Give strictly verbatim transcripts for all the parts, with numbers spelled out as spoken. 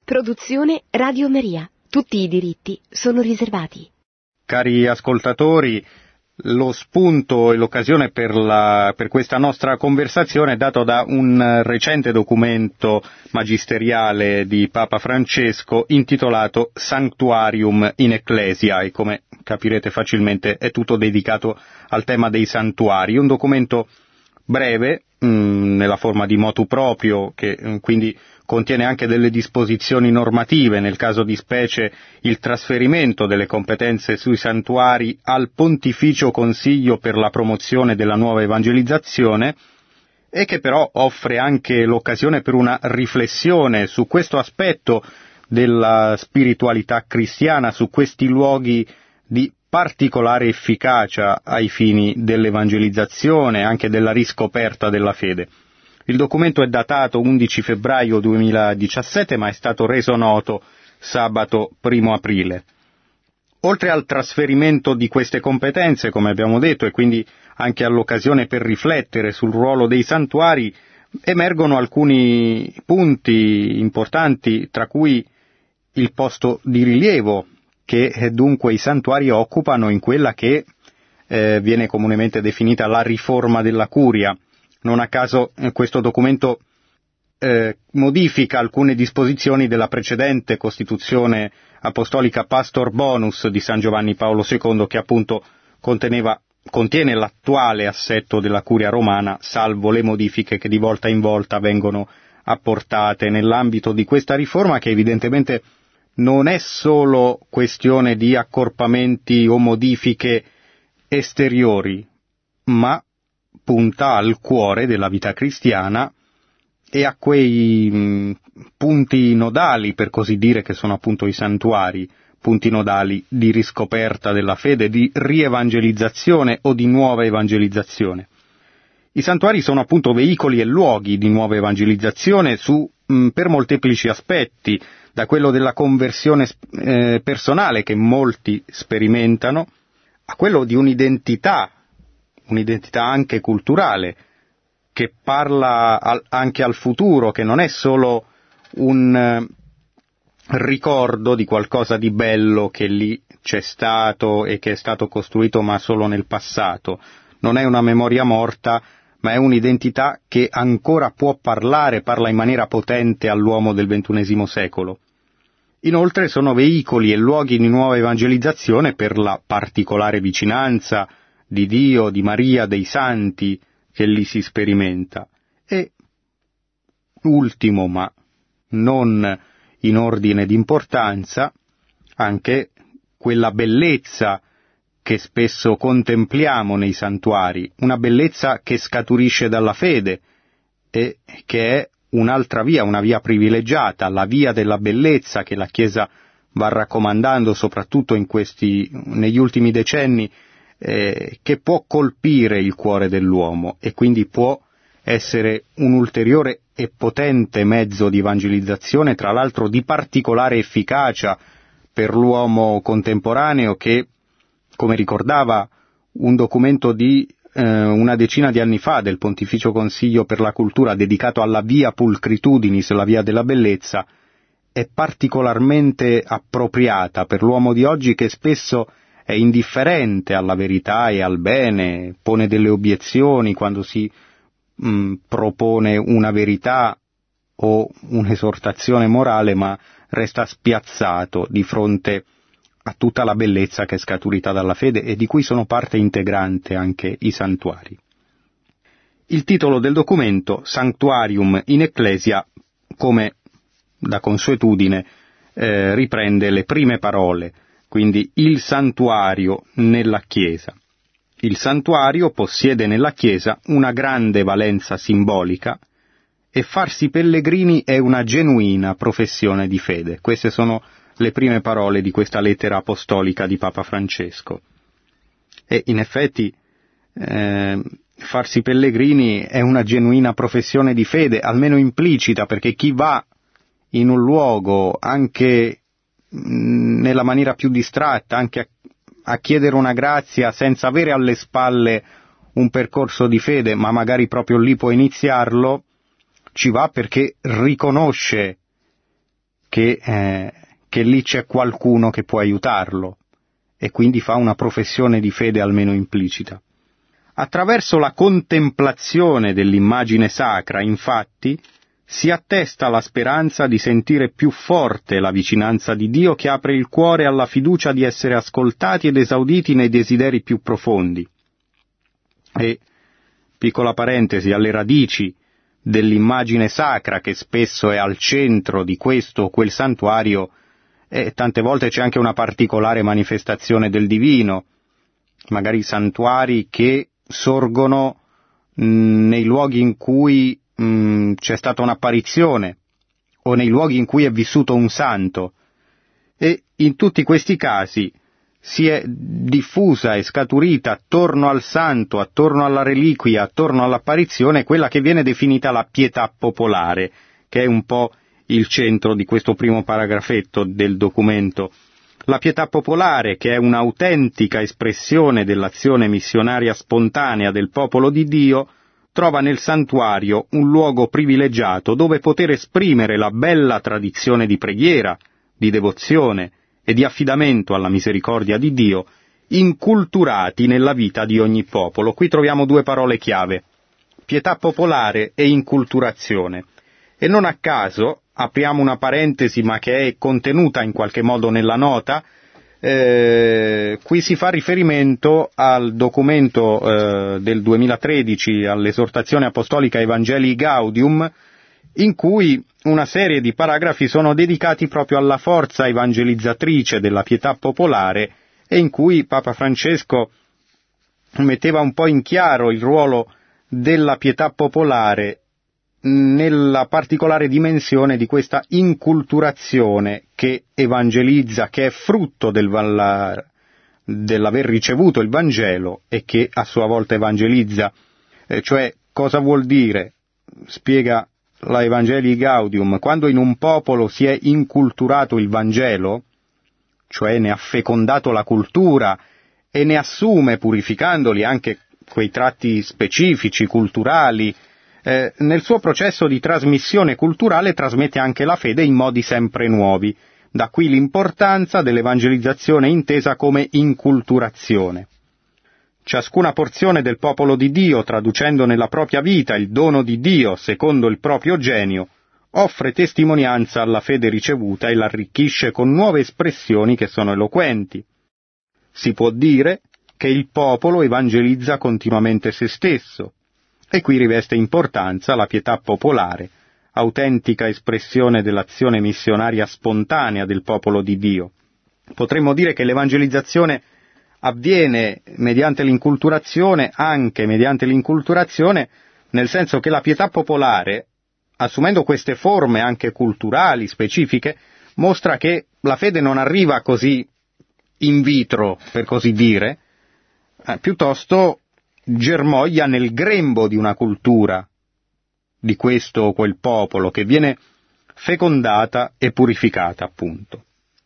Produzione Radio Maria. Tutti i diritti sono riservati. Cari ascoltatori, lo spunto e l'occasione per, la, per questa nostra conversazione è dato da un recente documento magisteriale di Papa Francesco intitolato Sanctuarium in Ecclesia, e come capirete facilmente è tutto dedicato al tema dei santuari. Un documento breve, mh, nella forma di motu proprio, che mh, quindi contiene anche delle disposizioni normative, nel caso di specie il trasferimento delle competenze sui santuari al Pontificio Consiglio per la promozione della nuova evangelizzazione, e che però offre anche l'occasione per una riflessione su questo aspetto della spiritualità cristiana, su questi luoghi di particolare efficacia ai fini dell'evangelizzazione, anche della riscoperta della fede. Il documento è datato undici febbraio duemiladiciassette, ma è stato reso noto sabato primo aprile. Oltre al trasferimento di queste competenze, come abbiamo detto, e quindi anche all'occasione per riflettere sul ruolo dei santuari, emergono alcuni punti importanti, tra cui il posto di rilievo che dunque i santuari occupano in quella che eh, viene comunemente definita la riforma della curia. Non a caso eh, questo documento eh, modifica alcune disposizioni della precedente Costituzione Apostolica Pastor Bonus di San Giovanni Paolo secondo, che appunto conteneva, contiene l'attuale assetto della curia romana, salvo le modifiche che di volta in volta vengono apportate nell'ambito di questa riforma, che evidentemente non è solo questione di accorpamenti o modifiche esteriori, ma punta al cuore della vita cristiana e a quei mh, punti nodali, per così dire, che sono appunto i santuari, punti nodali di riscoperta della fede, di rievangelizzazione o di nuova evangelizzazione. I santuari sono appunto veicoli e luoghi di nuova evangelizzazione su, mh, per molteplici aspetti, da quello della conversione eh, personale che molti sperimentano, a quello di un'identità, un'identità anche culturale, che parla al, anche al futuro, che non è solo un eh, ricordo di qualcosa di bello che lì c'è stato e che è stato costruito ma solo nel passato. Non è una memoria morta, ma è un'identità che ancora può parlare, parla in maniera potente all'uomo del ventunesimo secolo. Inoltre sono veicoli e luoghi di nuova evangelizzazione per la particolare vicinanza di Dio, di Maria, dei santi che lì si sperimenta. E ultimo, ma non in ordine di importanza, anche quella bellezza che spesso contempliamo nei santuari, una bellezza che scaturisce dalla fede e che è un'altra via, una via privilegiata, la via della bellezza che la Chiesa va raccomandando soprattutto in questi, negli ultimi decenni, eh, che può colpire il cuore dell'uomo e quindi può essere un ulteriore e potente mezzo di evangelizzazione, tra l'altro di particolare efficacia per l'uomo contemporaneo che, come ricordava un documento di eh, una decina di anni fa del Pontificio Consiglio per la Cultura dedicato alla via pulchritudinis, la via della bellezza, è particolarmente appropriata per l'uomo di oggi che spesso è indifferente alla verità e al bene, pone delle obiezioni quando si mh, propone una verità o un'esortazione morale, ma resta spiazzato di fronte a tutta la bellezza che è scaturita dalla fede e di cui sono parte integrante anche i santuari. Il titolo del documento, Sanctuarium in Ecclesia, come da consuetudine, eh, riprende le prime parole, quindi il santuario nella Chiesa. Il santuario possiede nella Chiesa una grande valenza simbolica e farsi pellegrini è una genuina professione di fede. Queste sono le prime parole di questa lettera apostolica di Papa Francesco. E in effetti eh, farsi pellegrini è una genuina professione di fede, almeno implicita, perché chi va in un luogo, anche mh, nella maniera più distratta, anche a, a chiedere una grazia senza avere alle spalle un percorso di fede, ma magari proprio lì può iniziarlo, ci va perché riconosce che, eh, che lì c'è qualcuno che può aiutarlo, e quindi fa una professione di fede almeno implicita. Attraverso la contemplazione dell'immagine sacra, infatti, si attesta la speranza di sentire più forte la vicinanza di Dio, che apre il cuore alla fiducia di essere ascoltati ed esauditi nei desideri più profondi. E, piccola parentesi, alle radici dell'immagine sacra, che spesso è al centro di questo o quel santuario, e tante volte c'è anche una particolare manifestazione del divino, magari santuari che sorgono mh, nei luoghi in cui mh, c'è stata un'apparizione, o nei luoghi in cui è vissuto un santo, e in tutti questi casi si è diffusa e scaturita attorno al santo, attorno alla reliquia, attorno all'apparizione, quella che viene definita la pietà popolare, che è un po' il centro di questo primo paragrafetto del documento. La pietà popolare, che è un'autentica espressione dell'azione missionaria spontanea del popolo di Dio, trova nel santuario un luogo privilegiato dove poter esprimere la bella tradizione di preghiera, di devozione e di affidamento alla misericordia di Dio, inculturati nella vita di ogni popolo. Qui troviamo due parole chiave: pietà popolare e inculturazione. E non a caso, apriamo una parentesi ma che è contenuta in qualche modo nella nota, eh, qui si fa riferimento al documento eh, del duemilatredici, all'esortazione apostolica Evangelii Gaudium, in cui una serie di paragrafi sono dedicati proprio alla forza evangelizzatrice della pietà popolare, e in cui Papa Francesco metteva un po' in chiaro il ruolo della pietà popolare nella particolare dimensione di questa inculturazione che evangelizza, che è frutto del, dell'aver ricevuto il Vangelo e che a sua volta evangelizza. Eh, cioè, cosa vuol dire? Spiega la Evangelii Gaudium: quando in un popolo si è inculturato il Vangelo, cioè ne ha fecondato la cultura e ne assume, purificandoli, anche quei tratti specifici, culturali, Eh, nel suo processo di trasmissione culturale trasmette anche la fede in modi sempre nuovi. Da qui l'importanza dell'evangelizzazione intesa come inculturazione. Ciascuna porzione del popolo di Dio, traducendo nella propria vita il dono di Dio secondo il proprio genio, offre testimonianza alla fede ricevuta e l'arricchisce con nuove espressioni che sono eloquenti. Si può dire che il popolo evangelizza continuamente se stesso. E qui riveste importanza la pietà popolare, autentica espressione dell'azione missionaria spontanea del popolo di Dio. Potremmo dire che l'evangelizzazione avviene mediante l'inculturazione, anche mediante l'inculturazione, nel senso che la pietà popolare, assumendo queste forme anche culturali, specifiche, mostra che la fede non arriva così in vitro, per così dire, eh, piuttosto germoglia nel grembo di una cultura, di questo o quel popolo, che viene fecondata e purificata, appunto.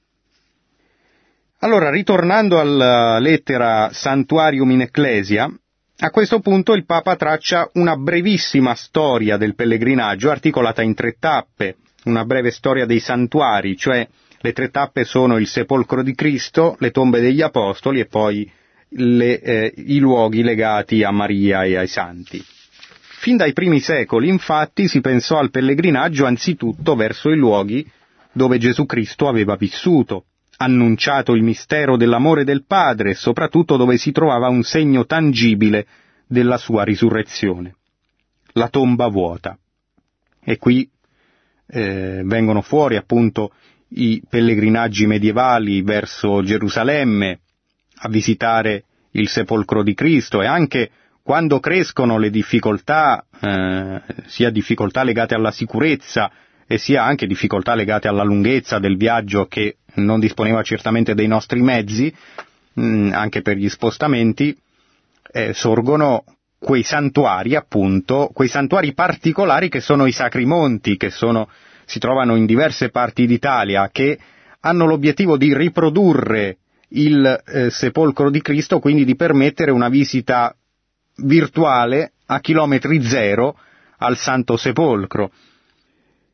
Allora, ritornando alla lettera Santuarium in Ecclesia, a questo punto il Papa traccia una brevissima storia del pellegrinaggio, articolata in tre tappe, una breve storia dei santuari, cioè le tre tappe sono il sepolcro di Cristo, le tombe degli Apostoli e poi Le, eh, i luoghi legati a Maria e ai santi. Fin dai primi secoli, infatti, si pensò al pellegrinaggio anzitutto verso i luoghi dove Gesù Cristo aveva vissuto, annunciato il mistero dell'amore del Padre e soprattutto dove si trovava un segno tangibile della sua risurrezione: la tomba vuota. E qui eh, vengono fuori appunto i pellegrinaggi medievali verso Gerusalemme, a visitare il sepolcro di Cristo, e anche quando crescono le difficoltà, eh, sia difficoltà legate alla sicurezza e sia anche difficoltà legate alla lunghezza del viaggio, che non disponeva certamente dei nostri mezzi, mh, anche per gli spostamenti, eh, sorgono quei santuari, appunto, quei santuari particolari che sono i Sacri Monti, che sono, si trovano in diverse parti d'Italia, che hanno l'obiettivo di riprodurre il eh, sepolcro di Cristo, quindi di permettere una visita virtuale a chilometri zero al Santo Sepolcro.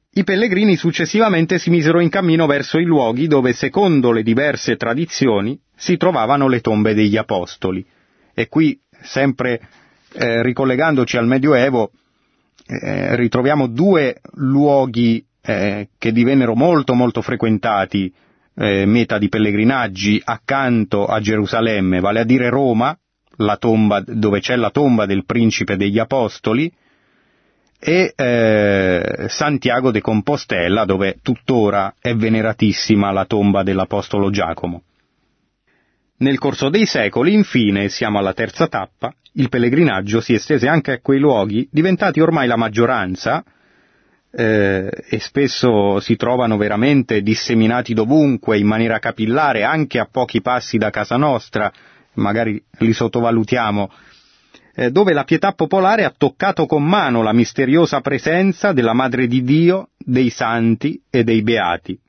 I pellegrini successivamente si misero in cammino verso i luoghi dove, secondo le diverse tradizioni, si trovavano le tombe degli apostoli. E qui, sempre eh, ricollegandoci al Medioevo, eh, ritroviamo due luoghi eh, che divennero molto molto frequentati, eh, meta di pellegrinaggi, accanto a Gerusalemme, vale a dire Roma, la tomba, dove c'è la tomba del principe degli apostoli, e eh, Santiago de Compostela, dove tuttora è veneratissima la tomba dell'apostolo Giacomo. Nel corso dei secoli, infine, siamo alla terza tappa, il pellegrinaggio si estese anche a quei luoghi, diventati ormai la maggioranza, eh, e spesso si trovano veramente disseminati dovunque, in maniera capillare, anche a pochi passi da casa nostra, magari li sottovalutiamo, eh, dove la pietà popolare ha toccato con mano la misteriosa presenza della Madre di Dio, dei santi e dei beati.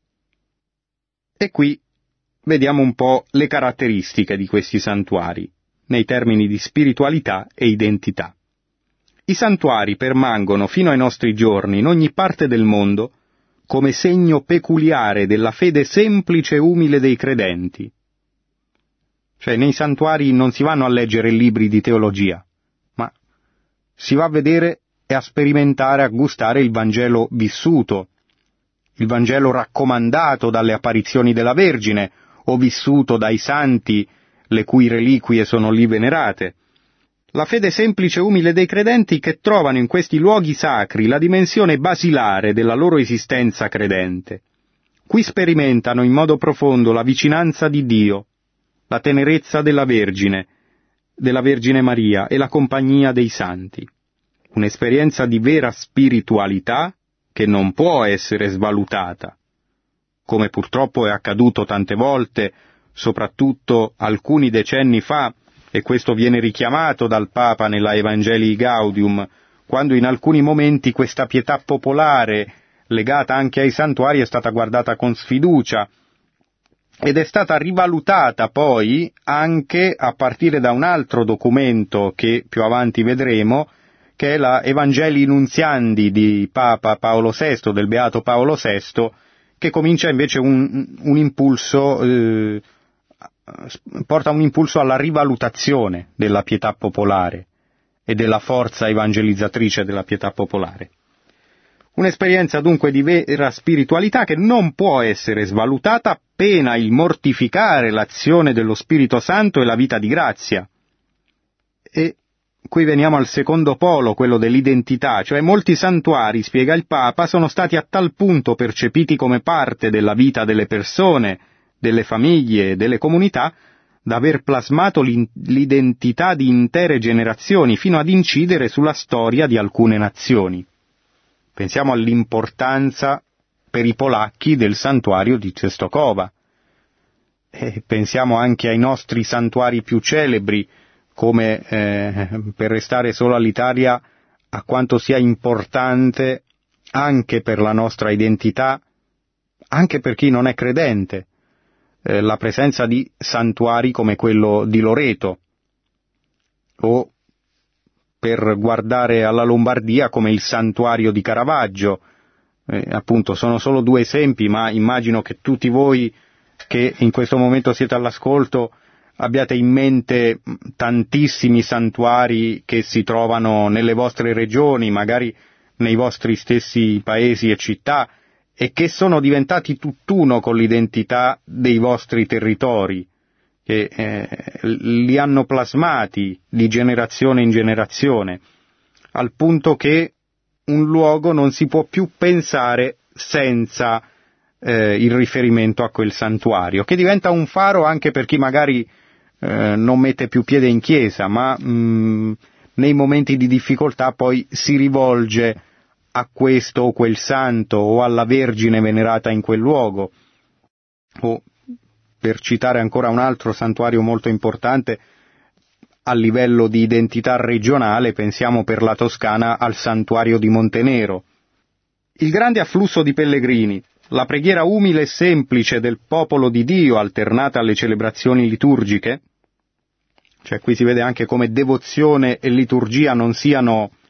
E qui vediamo un po' le caratteristiche di questi santuari, nei termini di spiritualità e identità. I santuari permangono fino ai nostri giorni in ogni parte del mondo come segno peculiare della fede semplice e umile dei credenti. Cioè, nei santuari non si vanno a leggere libri di teologia, ma si va a vedere e a sperimentare, a gustare il Vangelo vissuto, il Vangelo raccomandato dalle apparizioni della Vergine, o vissuto dai santi, le cui reliquie sono lì venerate. La fede semplice e umile dei credenti che trovano in questi luoghi sacri la dimensione basilare della loro esistenza credente. Qui sperimentano in modo profondo la vicinanza di Dio, la tenerezza della Vergine, della Vergine Maria e la compagnia dei santi. Un'esperienza di vera spiritualità che non può essere svalutata, come purtroppo è accaduto tante volte, soprattutto alcuni decenni fa, e questo viene richiamato dal Papa nella Evangelii Gaudium, quando in alcuni momenti questa pietà popolare, legata anche ai santuari, è stata guardata con sfiducia, ed è stata rivalutata poi anche a partire da un altro documento che più avanti vedremo, che è la Evangelii Nuntiandi di Papa Paolo sesto, del Beato Paolo sesto, che comincia invece un, un impulso, eh, porta un impulso alla rivalutazione della pietà popolare e della forza evangelizzatrice della pietà popolare. Un'esperienza dunque di vera spiritualità che non può essere svalutata pena il mortificare l'azione dello Spirito Santo e la vita di grazia. E qui veniamo al secondo polo, quello dell'identità, cioè molti santuari, spiega il Papa, sono stati a tal punto percepiti come parte della vita delle persone, delle famiglie e delle comunità, da aver plasmato l'identità di intere generazioni, fino ad incidere sulla storia di alcune nazioni. Pensiamo all'importanza per i polacchi del santuario di Częstochowa. E pensiamo anche ai nostri santuari più celebri, come, eh, per restare solo all'Italia, a quanto sia importante anche per la nostra identità, anche per chi non è credente, eh, la presenza di santuari come quello di Loreto, o per guardare alla Lombardia come il santuario di Caravaggio. Eh, appunto, sono solo due esempi, ma immagino che tutti voi che in questo momento siete all'ascolto abbiate in mente tantissimi santuari che si trovano nelle vostre regioni, magari nei vostri stessi paesi e città, e che sono diventati tutt'uno con l'identità dei vostri territori, che eh, li hanno plasmati di generazione in generazione, al punto che un luogo non si può più pensare senza eh, il riferimento a quel santuario, che diventa un faro anche per chi magari eh, non mette più piede in chiesa, ma mh, nei momenti di difficoltà poi si rivolge a questo o quel santo o alla Vergine venerata in quel luogo. O, per citare ancora un altro santuario molto importante a livello di identità regionale, pensiamo per la Toscana al santuario di Montenero. Il grande afflusso di pellegrini, la preghiera umile e semplice del popolo di Dio alternata alle celebrazioni liturgiche, cioè qui si vede anche come devozione e liturgia non siano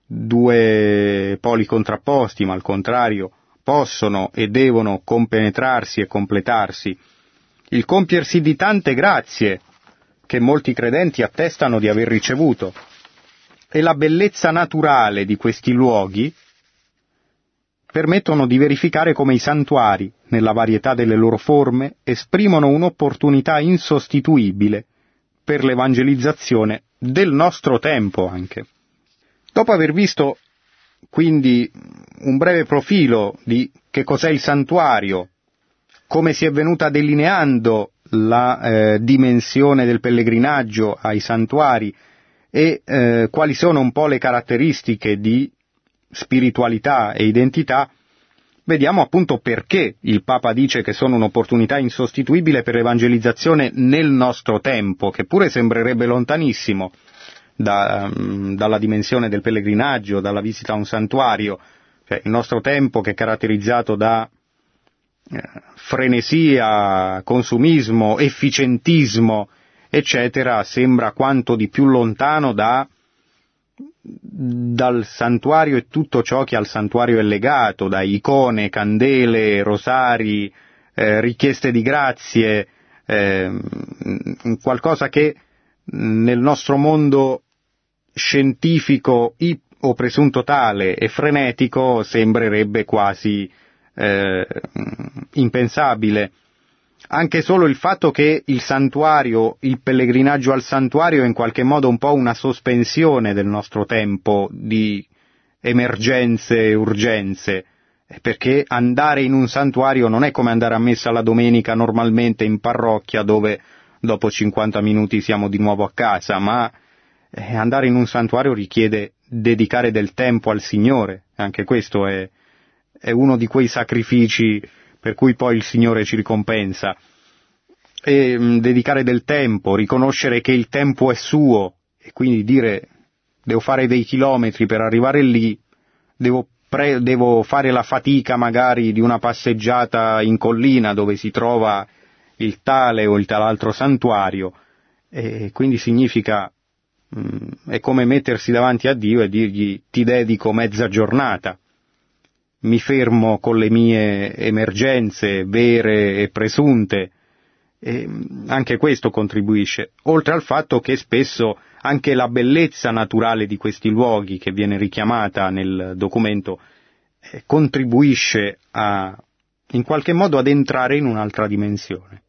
due poli contrapposti, ma al contrario possono e devono compenetrarsi e completarsi, il compiersi di tante grazie che molti credenti attestano di aver ricevuto, e la bellezza naturale di questi luoghi permettono di verificare come i santuari, nella varietà delle loro forme, esprimono un'opportunità insostituibile per l'evangelizzazione del nostro tempo anche. Dopo aver visto quindi un breve profilo di che cos'è il santuario, come si è venuta delineando la eh, dimensione del pellegrinaggio ai santuari e eh, quali sono un po' le caratteristiche di spiritualità e identità, vediamo appunto perché il Papa dice che sono un'opportunità insostituibile per l'evangelizzazione nel nostro tempo, che pure sembrerebbe lontanissimo da, dalla dimensione del pellegrinaggio, dalla visita a un santuario. Cioè, il nostro tempo, che è caratterizzato da eh, frenesia, consumismo, efficientismo, eccetera, sembra quanto di più lontano da dal santuario e tutto ciò che al santuario è legato, da icone, candele, rosari, eh, richieste di grazie, eh, qualcosa che nel nostro mondo scientifico o presunto tale e frenetico sembrerebbe quasi eh, impensabile. Anche solo il fatto che il santuario, il pellegrinaggio al santuario è in qualche modo un po' una sospensione del nostro tempo di emergenze e urgenze, perché andare in un santuario non è come andare a messa la domenica normalmente in parrocchia, dove dopo cinquanta minuti siamo di nuovo a casa, ma andare in un santuario richiede dedicare del tempo al Signore. Anche questo è, è uno di quei sacrifici per cui poi il Signore ci ricompensa. E mh, dedicare del tempo, riconoscere che il tempo è suo, e quindi dire devo fare dei chilometri per arrivare lì, devo, pre- devo fare la fatica magari di una passeggiata in collina dove si trova il tale o il tal'altro santuario, e quindi significa, mh, è come mettersi davanti a Dio e dirgli ti dedico mezza giornata. Mi fermo con le mie emergenze vere e presunte, e anche questo contribuisce, oltre al fatto che spesso anche la bellezza naturale di questi luoghi, che viene richiamata nel documento, eh, contribuisce a, in qualche modo ad entrare in un'altra dimensione,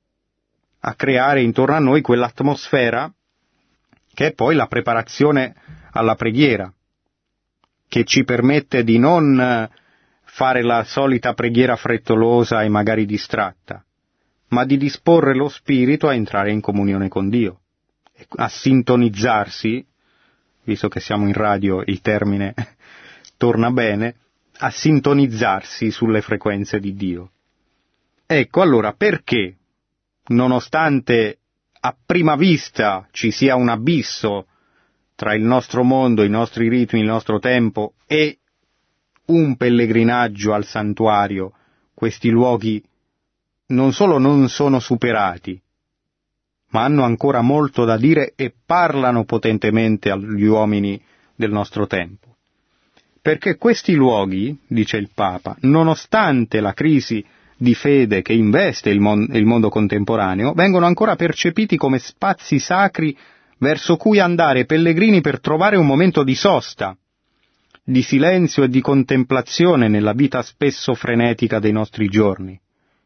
a creare intorno a noi quell'atmosfera che è poi la preparazione alla preghiera, che ci permette di non fare la solita preghiera frettolosa e magari distratta, ma di disporre lo spirito a entrare in comunione con Dio, a sintonizzarsi, visto che siamo in radio il termine torna bene, a sintonizzarsi sulle frequenze di Dio. Ecco allora perché, nonostante a prima vista ci sia un abisso tra il nostro mondo, i nostri ritmi, il nostro tempo e un pellegrinaggio al santuario, questi luoghi non solo non sono superati, ma hanno ancora molto da dire e parlano potentemente agli uomini del nostro tempo. Perché questi luoghi, dice il Papa, nonostante la crisi di fede che investe il, mon- il mondo contemporaneo, vengono ancora percepiti come spazi sacri verso cui andare pellegrini per trovare un momento di sosta, di silenzio e di contemplazione nella vita spesso frenetica dei nostri giorni.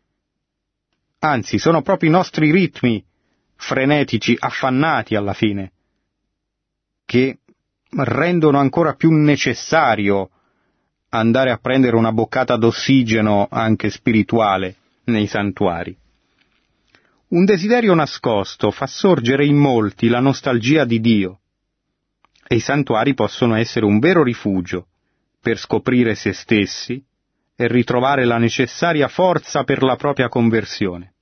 Anzi, sono proprio i nostri ritmi frenetici, affannati alla fine, che rendono ancora più necessario andare a prendere una boccata d'ossigeno anche spirituale nei santuari. Un desiderio nascosto fa sorgere in molti la nostalgia di Dio, e i santuari possono essere un vero rifugio per scoprire se stessi e ritrovare la necessaria forza per la propria conversione.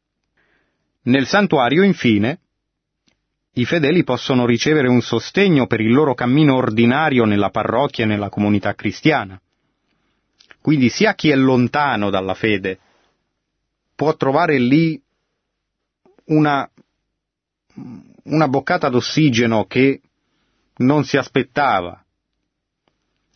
Nel santuario, infine, i fedeli possono ricevere un sostegno per il loro cammino ordinario nella parrocchia e nella comunità cristiana. Quindi sia chi è lontano dalla fede può trovare lì una, una boccata d'ossigeno che non si aspettava,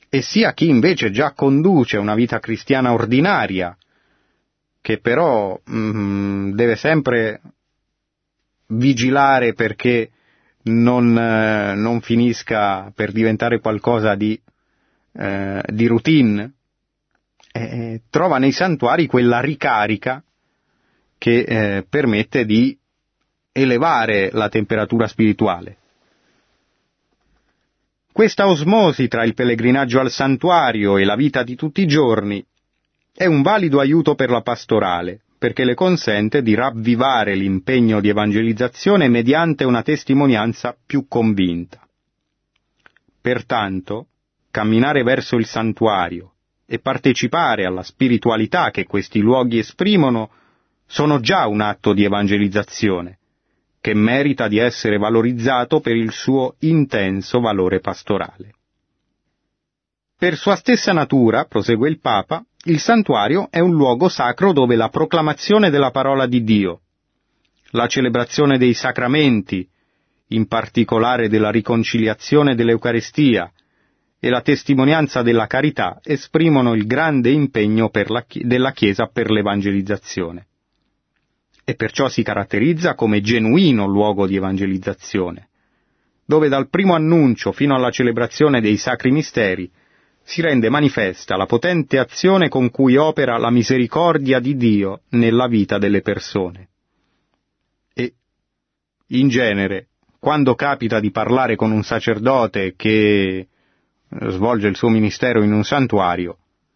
e sia chi invece già conduce una vita cristiana ordinaria, che però mm, deve sempre vigilare perché non, eh, non finisca per diventare qualcosa di, eh, di routine, eh, trova nei santuari quella ricarica che eh, permette di elevare la temperatura spirituale. Questa osmosi tra il pellegrinaggio al santuario e la vita di tutti i giorni è un valido aiuto per la pastorale, perché le consente di ravvivare l'impegno di evangelizzazione mediante una testimonianza più convinta. Pertanto, camminare verso il santuario e partecipare alla spiritualità che questi luoghi esprimono sono già un atto di evangelizzazione, che merita di essere valorizzato per il suo intenso valore pastorale. Per sua stessa natura, prosegue il Papa, il santuario è un luogo sacro dove la proclamazione della parola di Dio, la celebrazione dei sacramenti, in particolare della riconciliazione dell'Eucaristia, e la testimonianza della carità esprimono il grande impegno per la, della Chiesa per l'evangelizzazione. E perciò si caratterizza come genuino luogo di evangelizzazione, dove dal primo annuncio fino alla celebrazione dei sacri misteri si rende manifesta la potente azione con cui opera la misericordia di Dio nella vita delle persone. E, in genere, quando capita di parlare con un sacerdote che svolge il suo ministero in un santuario,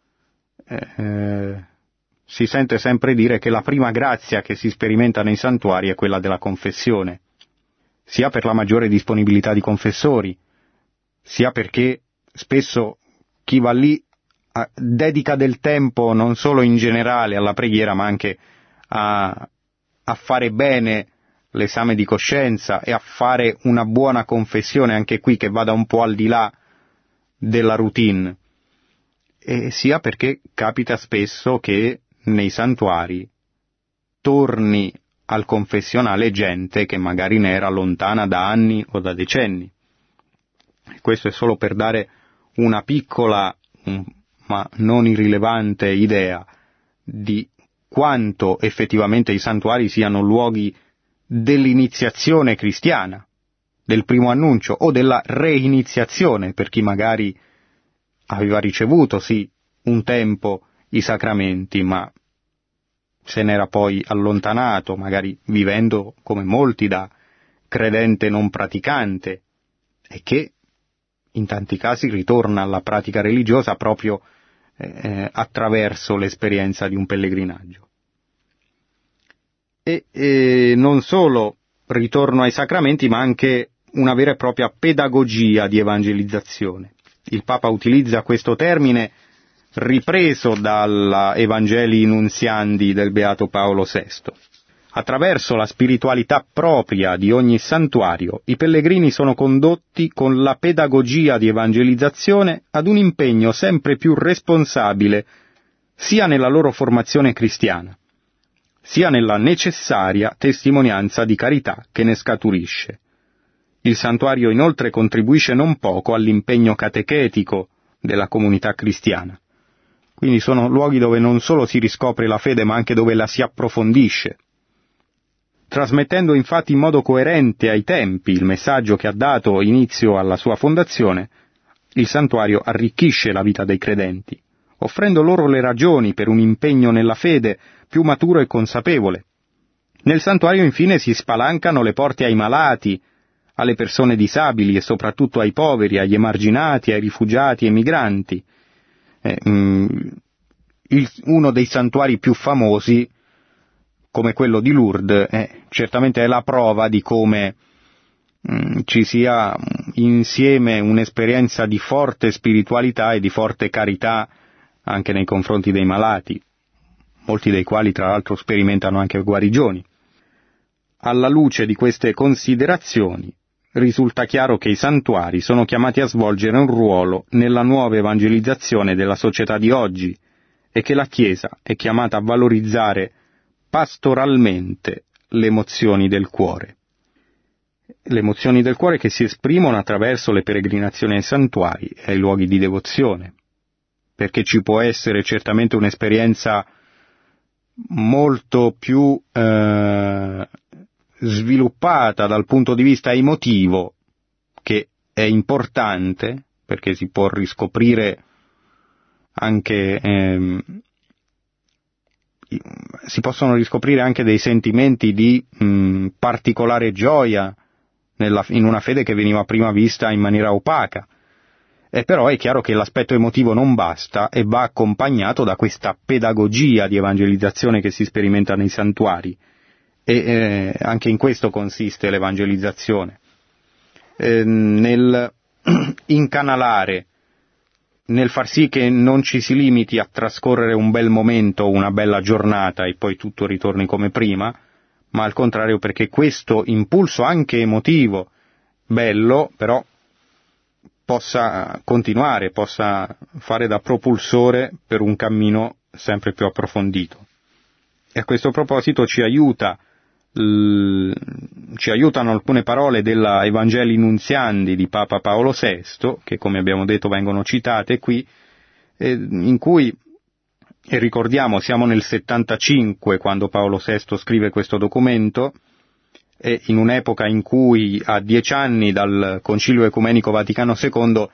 eh, si sente sempre dire che la prima grazia che si sperimenta nei santuari è quella della confessione, sia per la maggiore disponibilità di confessori, sia perché spesso chi va lì a, dedica del tempo non solo in generale alla preghiera, ma anche a, a fare bene l'esame di coscienza e a fare una buona confessione, anche qui che vada un po' al di là della routine, e sia perché capita spesso che nei santuari torni al confessionale gente che magari ne era lontana da anni o da decenni. Questo è solo per dare una piccola, ma non irrilevante idea di quanto effettivamente i santuari siano luoghi dell'iniziazione cristiana, del primo annuncio o della reiniziazione per chi magari aveva ricevuto, sì, un tempo i sacramenti, ma se n'era poi allontanato, magari vivendo come molti da credente non praticante, e che in tanti casi ritorna alla pratica religiosa proprio eh, attraverso l'esperienza di un pellegrinaggio. E eh, non solo ritorno ai sacramenti, ma anche una vera e propria pedagogia di evangelizzazione. Il Papa utilizza questo termine ripreso dalla Evangelii Nunziandi del Beato Paolo sesto. Attraverso la spiritualità propria di ogni santuario, i pellegrini sono condotti con la pedagogia di evangelizzazione ad un impegno sempre più responsabile sia nella loro formazione cristiana, sia nella necessaria testimonianza di carità che ne scaturisce. Il santuario inoltre contribuisce non poco all'impegno catechetico della comunità cristiana. Quindi sono luoghi dove non solo si riscopre la fede, ma anche dove la si approfondisce. Trasmettendo infatti in modo coerente ai tempi il messaggio che ha dato inizio alla sua fondazione, il santuario arricchisce la vita dei credenti, offrendo loro le ragioni per un impegno nella fede più maturo e consapevole. Nel santuario infine si spalancano le porte ai malati, alle persone disabili e soprattutto ai poveri, agli emarginati, ai rifugiati e ai migranti. Eh, mm, il, uno dei santuari più famosi, come quello di Lourdes, eh, certamente è la prova di come mh, ci sia insieme un'esperienza di forte spiritualità e di forte carità anche nei confronti dei malati, molti dei quali tra l'altro sperimentano anche guarigioni. Alla luce di queste considerazioni risulta chiaro che i santuari sono chiamati a svolgere un ruolo nella nuova evangelizzazione della società di oggi e che la Chiesa è chiamata a valorizzare pastoralmente le emozioni del cuore. le emozioni del cuore che si esprimono attraverso le peregrinazioni ai santuari e ai luoghi di devozione, perché ci può essere certamente un'esperienza molto più eh, sviluppata dal punto di vista emotivo, che è importante perché si può riscoprire anche ehm, si possono riscoprire anche dei sentimenti di mh, particolare gioia nella, in una fede che veniva prima vista in maniera opaca. E però è chiaro che l'aspetto emotivo non basta e va accompagnato da questa pedagogia di evangelizzazione che si sperimenta nei santuari, e eh, anche in questo consiste l'evangelizzazione, eh, nel incanalare, nel far sì che non ci si limiti a trascorrere un bel momento, una bella giornata e poi tutto ritorni come prima, ma al contrario, perché questo impulso anche emotivo, bello, però possa continuare, possa fare da propulsore per un cammino sempre più approfondito. E a questo proposito ci aiuta, l... ci aiutano alcune parole della Evangelii Nuntiandi di Papa Paolo sesto, che come abbiamo detto vengono citate qui, in cui, e ricordiamo, siamo nel settantacinque quando Paolo sesto scrive questo documento, e in un'epoca in cui a dieci anni dal Concilio Ecumenico Vaticano secondo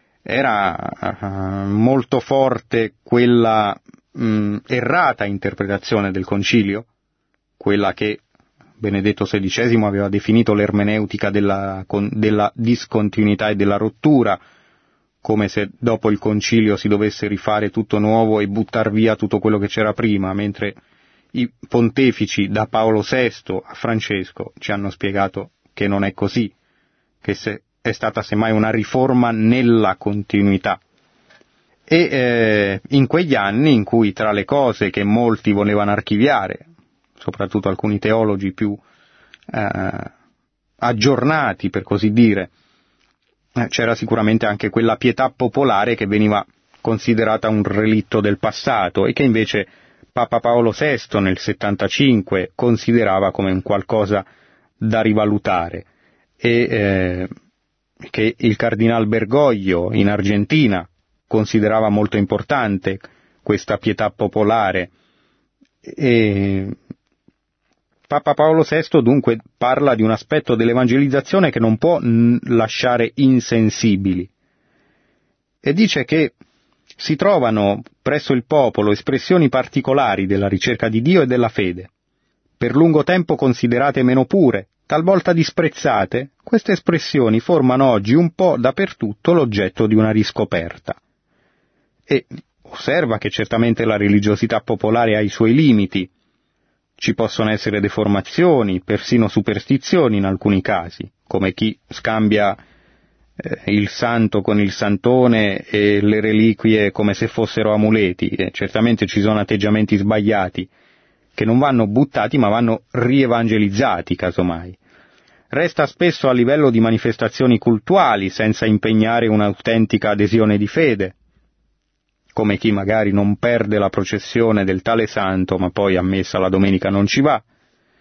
era molto forte quella mh, errata interpretazione del Concilio, quella che Benedetto sedicesimo aveva definito l'ermeneutica della, della discontinuità e della rottura, come se dopo il Concilio si dovesse rifare tutto nuovo e buttar via tutto quello che c'era prima, mentre i pontefici da Paolo sesto a Francesco ci hanno spiegato che non è così, che se è stata semmai una riforma nella continuità. E eh, in quegli anni in cui tra le cose che molti volevano archiviare, soprattutto alcuni teologi più eh, aggiornati per così dire, eh, c'era sicuramente anche quella pietà popolare che veniva considerata un relitto del passato e che invece Papa Paolo sesto nel settantacinque considerava come un qualcosa da rivalutare, e eh, che il Cardinal Bergoglio in Argentina considerava molto importante questa pietà popolare. E Papa Paolo sesto dunque parla di un aspetto dell'evangelizzazione che non può lasciare insensibili, e dice che si trovano presso il popolo espressioni particolari della ricerca di Dio e della fede. Per lungo tempo considerate meno pure, talvolta disprezzate, queste espressioni formano oggi un po' dappertutto l'oggetto di una riscoperta. E osserva che certamente la religiosità popolare ha i suoi limiti. Ci possono essere deformazioni, persino superstizioni in alcuni casi, come chi scambia il santo con il santone e le reliquie come se fossero amuleti. E certamente ci sono atteggiamenti sbagliati che non vanno buttati ma vanno rievangelizzati casomai. Resta spesso a livello di manifestazioni cultuali senza impegnare un'autentica adesione di fede, come chi magari non perde la processione del tale santo ma poi a messa la domenica non ci va,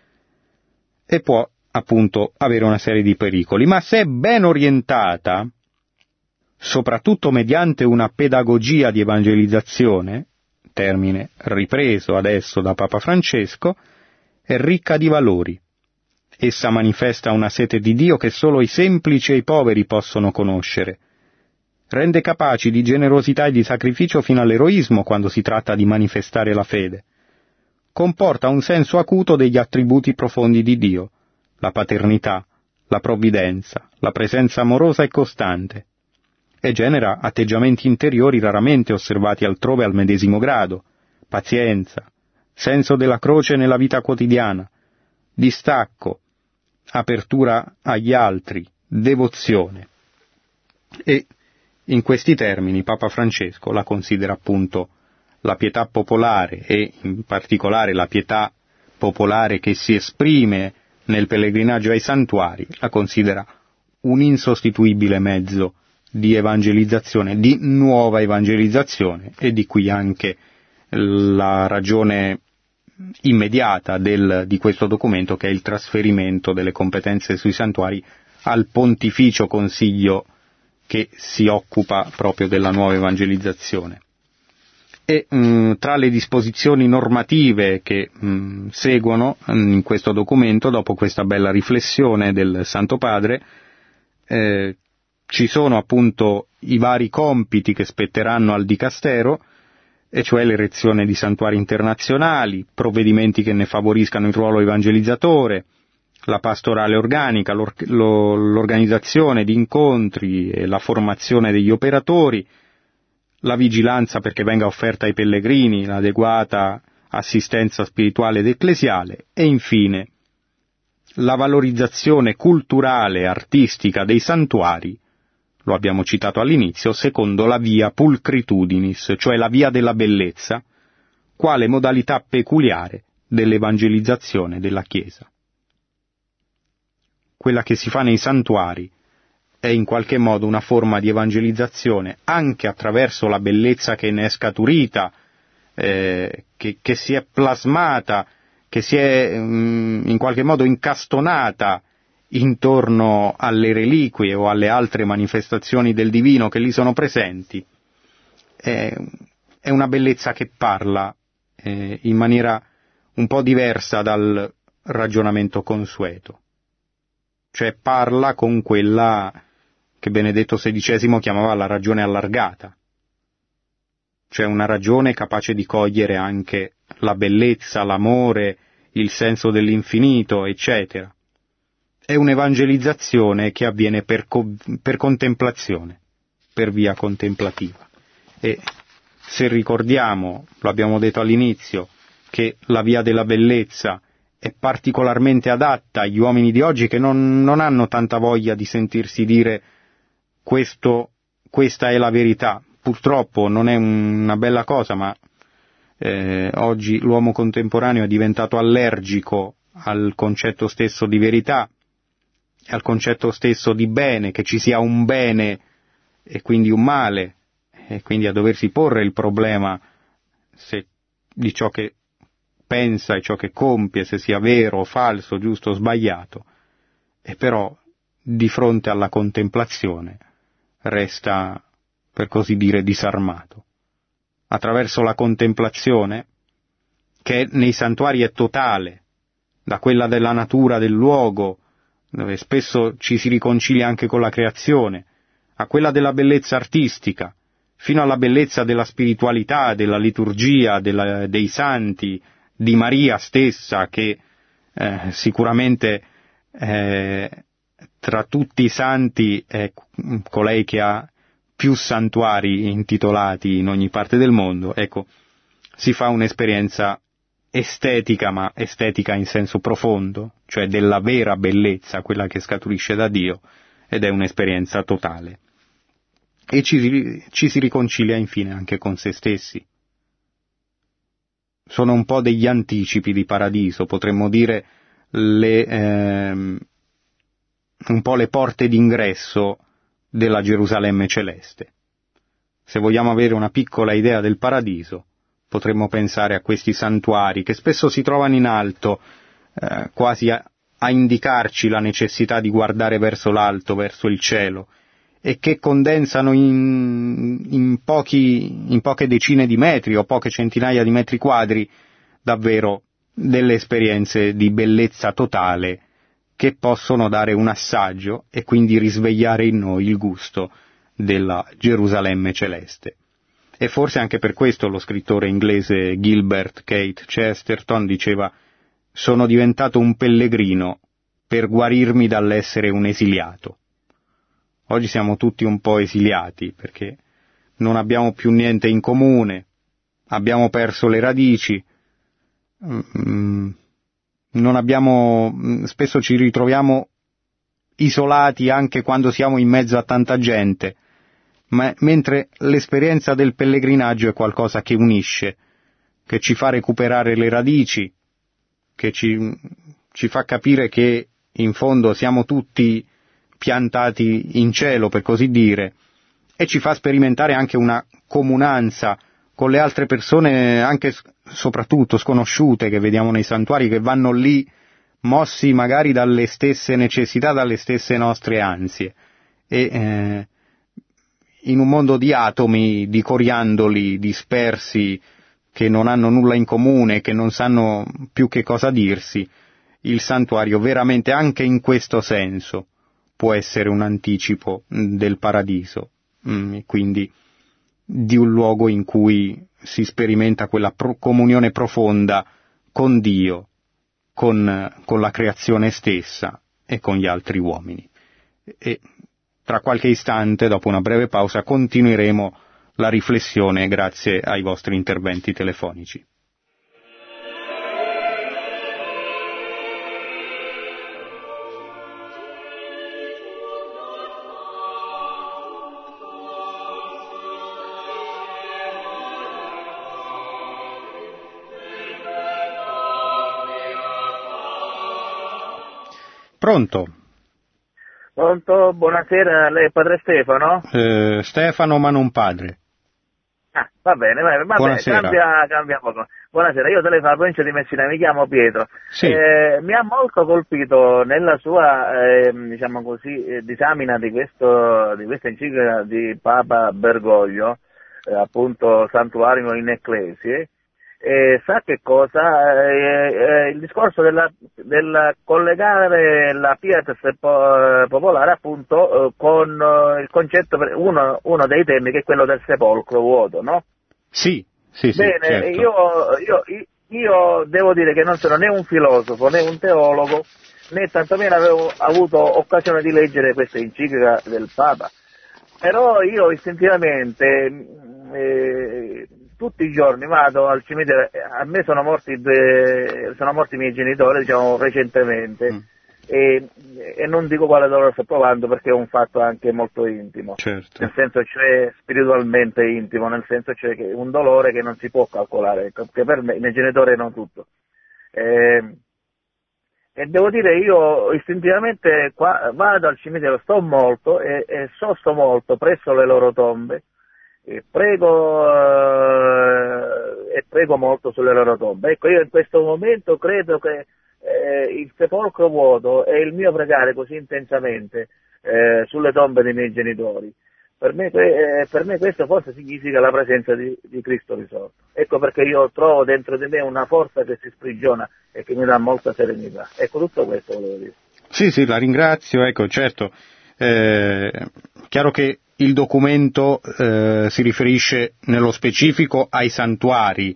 e può appunto avere una serie di pericoli. Ma se ben orientata, soprattutto mediante una pedagogia di evangelizzazione, termine ripreso adesso da Papa Francesco, è ricca di valori. Essa manifesta una sete di Dio che solo i semplici e i poveri possono conoscere. Rende capaci di generosità e di sacrificio fino all'eroismo quando si tratta di manifestare la fede. Comporta un senso acuto degli attributi profondi di Dio, la paternità, la provvidenza, la presenza amorosa e costante, e genera atteggiamenti interiori raramente osservati altrove al medesimo grado: pazienza, senso della croce nella vita quotidiana, distacco, apertura agli altri, devozione. E in questi termini Papa Francesco la considera appunto la pietà popolare, e in particolare la pietà popolare che si esprime nel pellegrinaggio ai santuari, la considera un insostituibile mezzo di evangelizzazione, di nuova evangelizzazione, e di qui anche la ragione immediata del, di questo documento, che è il trasferimento delle competenze sui santuari al Pontificio Consiglio che si occupa proprio della nuova evangelizzazione. E mh, tra le disposizioni normative che mh, seguono mh, in questo documento, dopo questa bella riflessione del Santo Padre, eh, ci sono appunto i vari compiti che spetteranno al dicastero, e cioè l'erezione di santuari internazionali, provvedimenti che ne favoriscano il ruolo evangelizzatore, la pastorale organica, l'or- lo, l'organizzazione di incontri e la formazione degli operatori, la vigilanza perché venga offerta ai pellegrini l'adeguata assistenza spirituale ed ecclesiale, e infine la valorizzazione culturale e artistica dei santuari, lo abbiamo citato all'inizio, secondo la via pulcritudinis, cioè la via della bellezza, quale modalità peculiare dell'evangelizzazione della Chiesa. Quella che si fa nei santuari è in qualche modo una forma di evangelizzazione anche attraverso la bellezza che ne è scaturita, eh, che, che si è plasmata, che si è mh, in qualche modo incastonata intorno alle reliquie o alle altre manifestazioni del divino che lì sono presenti. È, è una bellezza che parla eh, in maniera un po' diversa dal ragionamento consueto, cioè parla con quella che Benedetto sedicesimo chiamava la ragione allargata, cioè una ragione capace di cogliere anche la bellezza, l'amore, il senso dell'infinito, eccetera. È un'evangelizzazione che avviene per, co- per contemplazione, per via contemplativa. E se ricordiamo, lo abbiamo detto all'inizio, che la via della bellezza è particolarmente adatta agli uomini di oggi che non, non hanno tanta voglia di sentirsi dire questo, questa è la verità. Purtroppo non è una bella cosa, ma eh, oggi l'uomo contemporaneo è diventato allergico al concetto stesso di verità, al concetto stesso di bene, che ci sia un bene e quindi un male, e quindi a doversi porre il problema se, di ciò che pensa e ciò che compie, se sia vero o falso, giusto o sbagliato, e però di fronte alla contemplazione resta, per così dire, disarmato. Attraverso la contemplazione, che nei santuari è totale, da quella della natura, del luogo, dove spesso ci si riconcilia anche con la creazione, a quella della bellezza artistica, fino alla bellezza della spiritualità, della liturgia, della, dei santi, di Maria stessa, che eh, sicuramente eh, tra tutti i santi è colei che ha più santuari intitolati in ogni parte del mondo. Ecco, si fa un'esperienza estetica, ma estetica in senso profondo, cioè della vera bellezza, quella che scaturisce da Dio, ed è un'esperienza totale. E ci, ci si riconcilia infine anche con se stessi. Sono un po' degli anticipi di paradiso, potremmo dire le, ehm, un po' le porte d'ingresso della Gerusalemme celeste. Se vogliamo avere una piccola idea del paradiso, potremmo pensare a questi santuari che spesso si trovano in alto, eh, quasi a, a indicarci la necessità di guardare verso l'alto, verso il cielo, e che condensano in, in, pochi, in poche decine di metri o poche centinaia di metri quadri davvero delle esperienze di bellezza totale che possono dare un assaggio e quindi risvegliare in noi il gusto della Gerusalemme celeste. E forse anche per questo lo scrittore inglese Gilbert Keith Chesterton diceva: sono diventato un pellegrino per guarirmi dall'essere un esiliato. Oggi siamo tutti un po' esiliati perché non abbiamo più niente in comune, abbiamo perso le radici, mm, non abbiamo, spesso ci ritroviamo isolati anche quando siamo in mezzo a tanta gente, ma mentre l'esperienza del pellegrinaggio è qualcosa che unisce, che ci fa recuperare le radici, che ci, ci fa capire che in fondo siamo tutti piantati in cielo, per così dire, e ci fa sperimentare anche una comunanza con le altre persone anche soprattutto sconosciute che vediamo nei santuari, che vanno lì mossi magari dalle stesse necessità, dalle stesse nostre ansie. E eh, in un mondo di atomi, di coriandoli dispersi, che non hanno nulla in comune, che non sanno più che cosa dirsi, il santuario veramente anche in questo senso può essere un anticipo del paradiso, quindi di un luogo in cui si sperimenta quella pro- comunione profonda con Dio, con, con la creazione stessa e con gli altri uomini. E tra qualche istante, dopo una breve pausa, continueremo la riflessione grazie ai vostri interventi telefonici. Pronto? Pronto? Buonasera, lei è padre Stefano? Eh, Stefano, ma non padre. Ah, va bene, va bene, va bene, cambia, cambia poco. Buonasera, io telefono alla provincia di Messina, mi chiamo Pietro. Sì. Eh, mi ha molto colpito nella sua, eh, diciamo così, eh, disamina di questo, di questa enciclica di Papa Bergoglio, eh, appunto Santuarium in Ecclesiae. Eh, sa che cosa? Eh, eh, il discorso della, del collegare la pietas po- popolare appunto eh, con eh, il concetto, per, uno, uno dei temi che è quello del sepolcro vuoto, no? Sì, sì, sì. Bene, certo. io, io, io devo dire che non sono né un filosofo né un teologo, né tantomeno avevo avuto occasione di leggere questa enciclica del Papa, però io istintivamente eh, tutti i giorni vado al cimitero, a me sono morti due, sono morti i miei genitori, diciamo, recentemente, mm. e, e non dico quale dolore sto provando perché è un fatto anche molto intimo, certo. nel senso cioè spiritualmente intimo, nel senso cioè che un dolore che non si può calcolare, che per me, i miei genitori erano tutto. E, e devo dire, io istintivamente qua, vado al cimitero, sto molto e, e sosto molto presso le loro tombe, e prego eh, e prego molto sulle loro tombe. Ecco, io in questo momento credo che eh, il sepolcro vuoto è il mio pregare così intensamente eh, sulle tombe dei miei genitori. Per me, eh, per me questo forse significa la presenza di, di Cristo risorto. Ecco perché io trovo dentro di me una forza che si sprigiona e che mi dà molta serenità. Ecco, tutto questo volevo dire. Sì, sì, la ringrazio, ecco, certo. Eh, chiaro che il documento eh, si riferisce nello specifico ai santuari,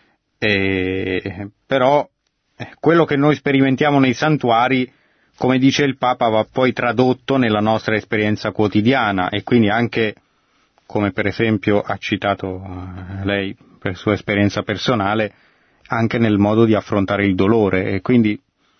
eh, però eh, quello che noi sperimentiamo nei santuari, come dice il Papa, va poi tradotto nella nostra esperienza quotidiana, e quindi anche, come per esempio ha citato eh, lei per sua esperienza personale, anche nel modo di affrontare il dolore. E quindi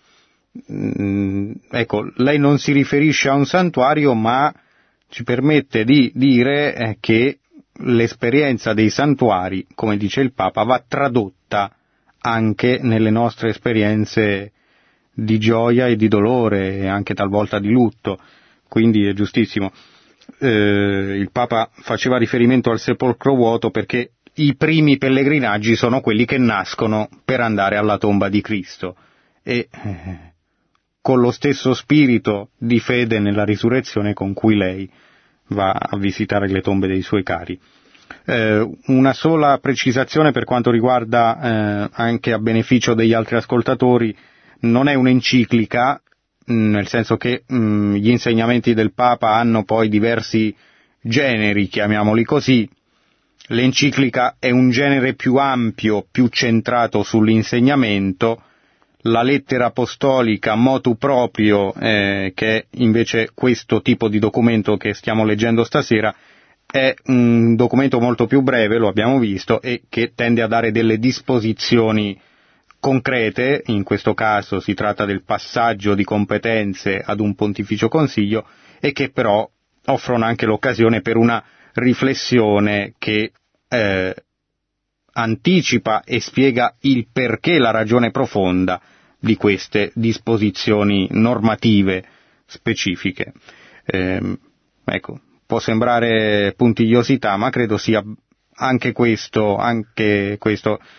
mh, ecco, lei non si riferisce a un santuario, ma ci permette di dire eh, che l'esperienza dei santuari, come dice il Papa, va tradotta anche nelle nostre esperienze di gioia e di dolore e anche talvolta di lutto, quindi è giustissimo. Eh, il Papa faceva riferimento al sepolcro vuoto perché i primi pellegrinaggi sono quelli che nascono per andare alla tomba di Cristo e eh, con lo stesso spirito di fede nella risurrezione con cui lei va a visitare le tombe dei suoi cari. Eh, una sola precisazione per quanto riguarda, eh, anche a beneficio degli altri ascoltatori, non è un'enciclica, mh, nel senso che mh, gli insegnamenti del Papa hanno poi diversi generi, chiamiamoli così. L'enciclica è un genere più ampio, più centrato sull'insegnamento. La lettera apostolica motu proprio, eh, che è invece questo tipo di documento che stiamo leggendo stasera, è un documento molto più breve, lo abbiamo visto, e che tende a dare delle disposizioni concrete. In questo caso si tratta del passaggio di competenze ad un pontificio consiglio, e che però offrono anche l'occasione per una riflessione che eh, anticipa e spiega il perché, la ragione profonda di queste disposizioni normative specifiche. Eh, ecco, può sembrare puntigliosità, ma credo sia anche questo, anche questo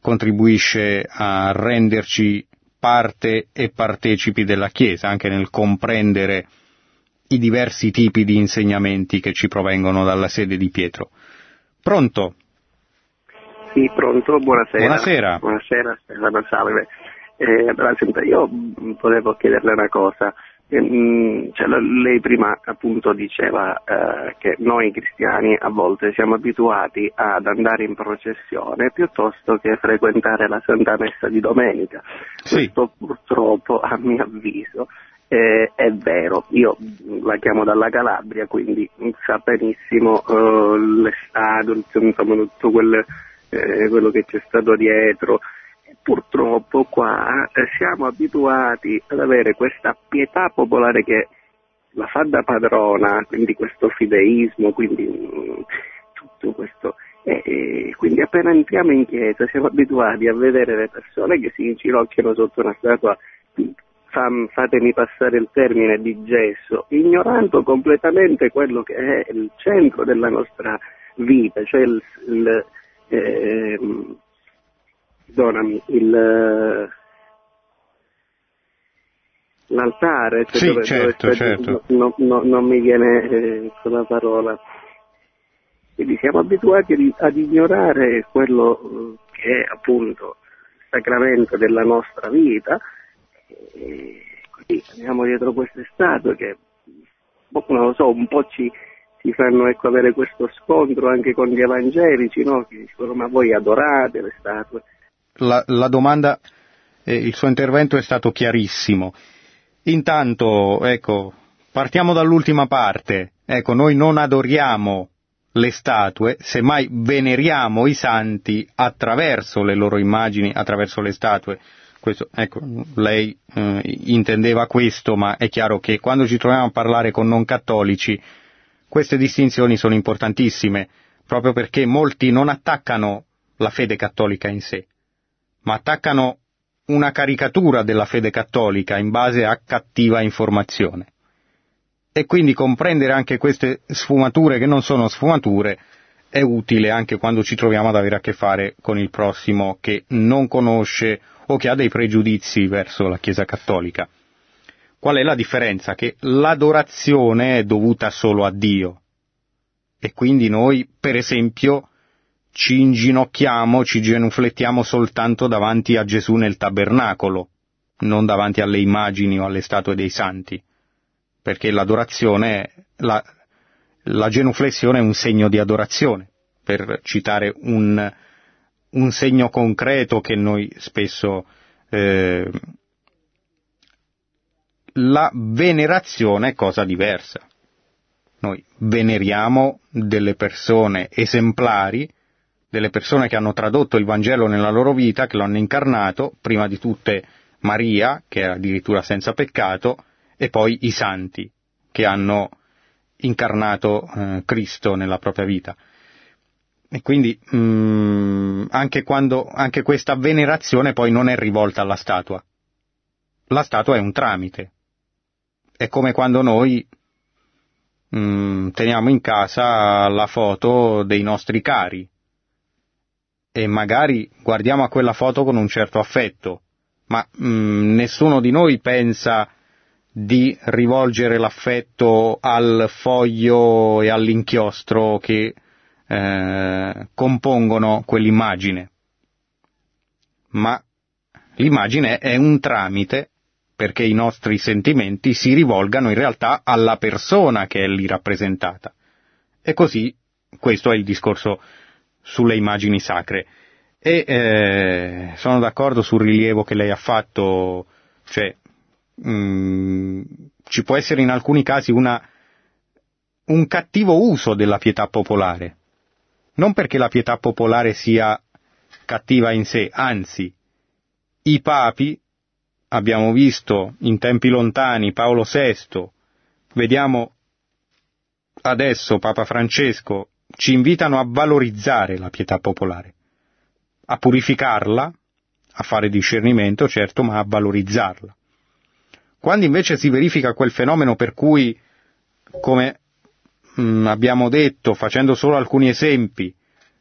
contribuisce a renderci parte e partecipi della Chiesa, anche nel comprendere i diversi tipi di insegnamenti che ci provengono dalla sede di Pietro. Pronto? Sì, pronto, buonasera. Buonasera. Buonasera, Stefano, salve. Eh, allora, senta, io volevo chiederle una cosa. Eh, cioè, lei prima appunto diceva eh, che noi cristiani a volte siamo abituati ad andare in processione piuttosto che frequentare la Santa Messa di domenica. Sì. Questo purtroppo, a mio avviso, Eh, è vero. Io la chiamo dalla Calabria, quindi sa benissimo eh, l'estate, insomma tutto quel, eh, quello che c'è stato dietro. E purtroppo qua eh, siamo abituati ad avere questa pietà popolare che la fa da padrona, quindi questo fideismo, quindi mh, tutto questo. E, e quindi appena entriamo in chiesa siamo abituati a vedere le persone che si inginocchiano sotto una statua, fatemi passare il termine, di gesso, ignorando completamente quello che è il centro della nostra vita, cioè il, il eh, donami, il l'altare, cioè sì, dove, certo, dove certo. No, no, non mi viene eh, la parola. Quindi siamo abituati ad ignorare quello che è appunto il sacramento della nostra vita. E così andiamo dietro queste statue che, non lo so, un po' ci, ci fanno ecco, avere questo scontro anche con gli evangelici, no? Che dicono: ma voi adorate le statue? La, la domanda, eh, il suo intervento è stato chiarissimo. Intanto, ecco, partiamo dall'ultima parte. Ecco, noi non adoriamo le statue, semmai veneriamo i santi attraverso le loro immagini, attraverso le statue. Questo, ecco, lei eh, intendeva questo, ma è chiaro che quando ci troviamo a parlare con non cattolici, queste distinzioni sono importantissime, proprio perché molti non attaccano la fede cattolica in sé, ma attaccano una caricatura della fede cattolica in base a cattiva informazione. E quindi comprendere anche queste sfumature che non sono sfumature è utile anche quando ci troviamo ad avere a che fare con il prossimo che non conosce o che ha dei pregiudizi verso la Chiesa cattolica. Qual è la differenza? Che l'adorazione è dovuta solo a Dio e quindi noi, per esempio, ci inginocchiamo, ci genuflettiamo soltanto davanti a Gesù nel tabernacolo, non davanti alle immagini o alle statue dei santi, perché l'adorazione, la, la genuflessione è un segno di adorazione, per citare un, un segno concreto che noi spesso... Eh, la venerazione è cosa diversa. Noi veneriamo delle persone esemplari, delle persone che hanno tradotto il Vangelo nella loro vita, che lo hanno incarnato, prima di tutte Maria, che era addirittura senza peccato, e poi i santi, che hanno incarnato eh, Cristo nella propria vita. E quindi mh, anche quando anche questa venerazione poi non è rivolta alla statua. La statua è un tramite. È come quando noi mh, teniamo in casa la foto dei nostri cari e magari guardiamo a quella foto con un certo affetto, ma mh, nessuno di noi pensa di rivolgere l'affetto al foglio e all'inchiostro che eh, compongono quell'immagine. Ma l'immagine è un tramite perché i nostri sentimenti si rivolgano in realtà alla persona che è lì rappresentata. E così questo è il discorso sulle immagini sacre. E eh, sono d'accordo sul rilievo che lei ha fatto, cioè mh, ci può essere in alcuni casi una, un cattivo uso della pietà popolare. Non perché la pietà popolare sia cattiva in sé, anzi, i papi, abbiamo visto in tempi lontani Paolo sesto, vediamo adesso Papa Francesco, ci invitano a valorizzare la pietà popolare, a purificarla, a fare discernimento, certo, ma a valorizzarla. Quando invece si verifica quel fenomeno per cui, come mh, abbiamo detto, facendo solo alcuni esempi,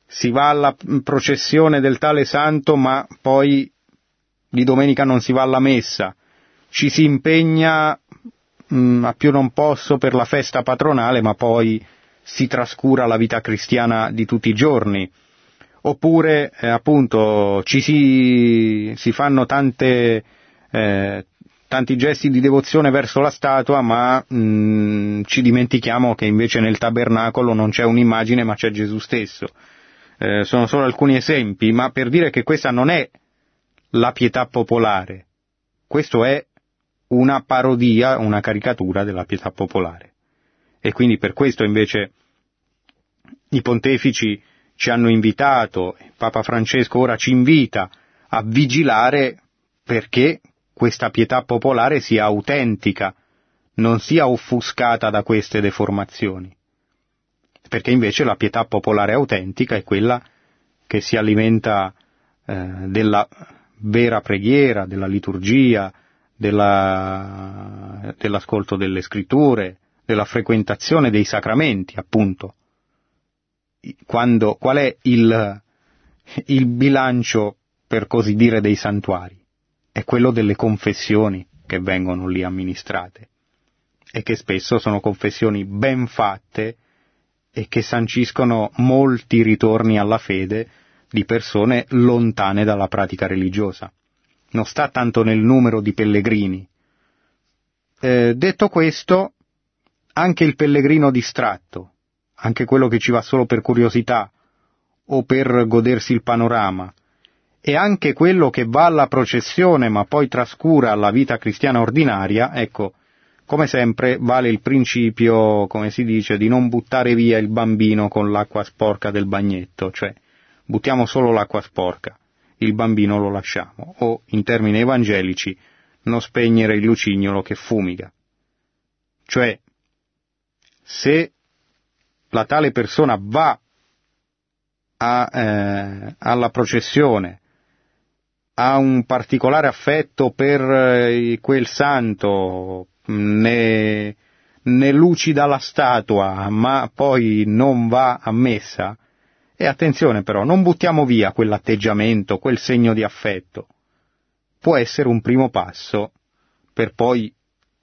si va alla processione del tale santo ma poi di domenica non si va alla messa, ci si impegna mh, a più non posso per la festa patronale ma poi si trascura la vita cristiana di tutti i giorni, oppure eh, appunto ci si, si fanno tante, eh, tanti gesti di devozione verso la statua ma mh, ci dimentichiamo che invece nel tabernacolo non c'è un'immagine ma c'è Gesù stesso. Eh, sono solo alcuni esempi, ma per dire che questa non è la pietà popolare, questo è una parodia, una caricatura della pietà popolare. E quindi per questo invece i pontefici ci hanno invitato, Papa Francesco ora ci invita a vigilare perché questa pietà popolare sia autentica, non sia offuscata da queste deformazioni. Perché invece la pietà popolare autentica è quella che si alimenta eh, della vera preghiera, della liturgia, della, dell'ascolto delle scritture, della frequentazione dei sacramenti, appunto. Quando, qual è il, il bilancio, per così dire, dei santuari? È quello delle confessioni che vengono lì amministrate e che spesso sono confessioni ben fatte e che sanciscono molti ritorni alla fede di persone lontane dalla pratica religiosa. Non sta tanto nel numero di pellegrini. Eh, detto questo, anche il pellegrino distratto, anche quello che ci va solo per curiosità o per godersi il panorama, e anche quello che va alla processione ma poi trascura la vita cristiana ordinaria, ecco, come sempre vale il principio, come si dice, di non buttare via il bambino con l'acqua sporca del bagnetto, cioè buttiamo solo l'acqua sporca, il bambino lo lasciamo, o in termini evangelici, non spegnere il lucignolo che fumiga. Cioè, se la tale persona va a, eh, alla processione, ha un particolare affetto per eh, quel santo, ne, ne lucida la statua, ma poi non va a messa, e attenzione però, non buttiamo via quell'atteggiamento, quel segno di affetto. Può essere un primo passo per poi,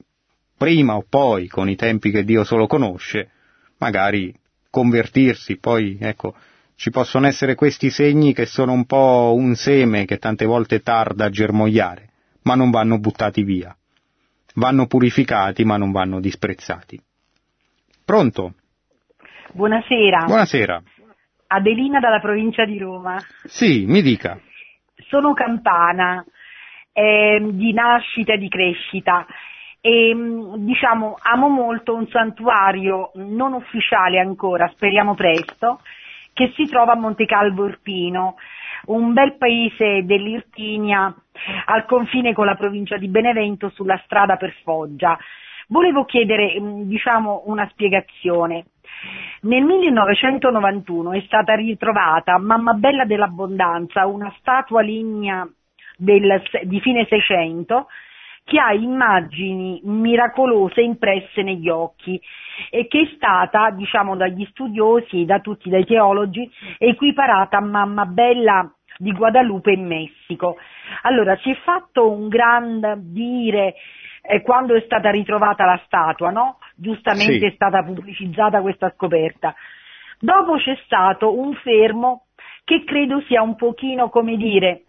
prima o poi, con i tempi che Dio solo conosce, magari convertirsi. Poi, ecco, ci possono essere questi segni che sono un po' un seme che tante volte tarda a germogliare, ma non vanno buttati via. Vanno purificati, ma non vanno disprezzati. Pronto? Buonasera. Buonasera. Adelina dalla provincia di Roma. Sì, mi dica. Sono campana, eh, di nascita e di crescita. E diciamo amo molto un santuario non ufficiale ancora, speriamo presto, che si trova a Montecalvo Irpino, un bel paese dell'Irpinia al confine con la provincia di Benevento sulla strada per Foggia. Volevo chiedere diciamo una spiegazione. Nel millenovecentonovantuno è stata ritrovata a Mamma Bella dell'Abbondanza una statua lignea del, di fine Seicento che ha immagini miracolose impresse negli occhi e che è stata, diciamo, dagli studiosi, da tutti, dai teologi, equiparata a Mamma Bella di Guadalupe in Messico. Allora, si è fatto un gran dire eh, quando è stata ritrovata la statua, no? Giustamente sì. È stata pubblicizzata questa scoperta. Dopo c'è stato un fermo che credo sia un pochino, come dire,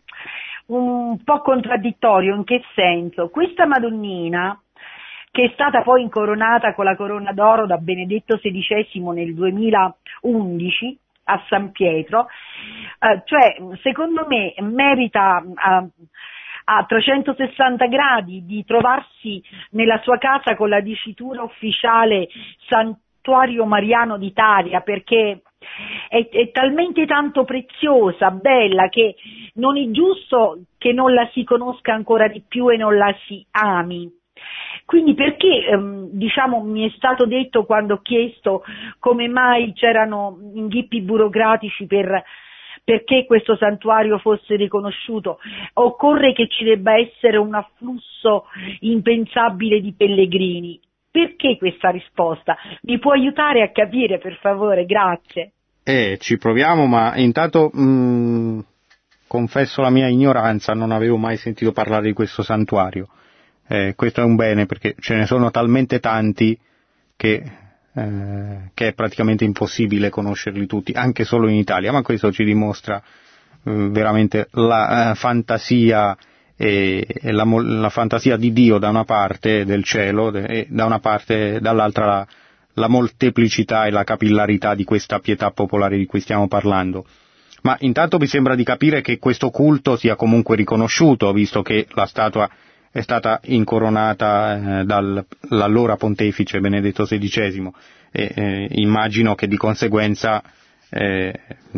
un po' contraddittorio. In che senso? Questa Madonnina, che è stata poi incoronata con la corona d'oro da Benedetto sedicesimo nel duemilaundici a San Pietro, eh, cioè secondo me merita a, a trecentosessanta gradi di trovarsi nella sua casa con la dicitura ufficiale Santuario Mariano d'Italia, perché È, è talmente tanto preziosa, bella, che non è giusto che non la si conosca ancora di più e non la si ami. Quindi perché, ehm, diciamo, mi è stato detto quando ho chiesto come mai c'erano inghippi burocratici per perché questo santuario fosse riconosciuto, occorre che ci debba essere un afflusso impensabile di pellegrini. Perché questa risposta? Mi può aiutare a capire, per favore? Grazie. Eh, ci proviamo, ma intanto mh, confesso la mia ignoranza, non avevo mai sentito parlare di questo santuario. Eh, questo è un bene, perché ce ne sono talmente tanti che, eh, che è praticamente impossibile conoscerli tutti, anche solo in Italia, ma questo ci dimostra eh, veramente la eh, fantasia e, e la, la fantasia di Dio da una parte, del cielo, e da una parte, dall'altra la la molteplicità e la capillarità di questa pietà popolare di cui stiamo parlando. Ma intanto mi sembra di capire che questo culto sia comunque riconosciuto, visto che la statua è stata incoronata eh, dall'allora pontefice Benedetto sedicesimo, e eh, immagino che di conseguenza eh,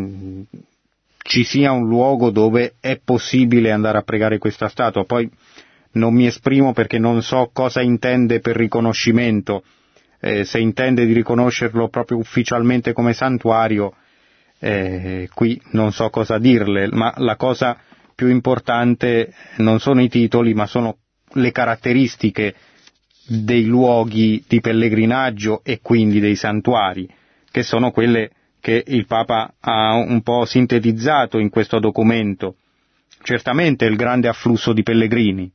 ci sia un luogo dove è possibile andare a pregare questa statua. Poi non mi esprimo perché non so cosa intende per riconoscimento. Eh, se intende di riconoscerlo proprio ufficialmente come santuario, eh, qui non so cosa dirle, ma la cosa più importante non sono i titoli, ma sono le caratteristiche dei luoghi di pellegrinaggio e quindi dei santuari, che sono quelle che il Papa ha un po' sintetizzato in questo documento. Certamente il grande afflusso di pellegrini,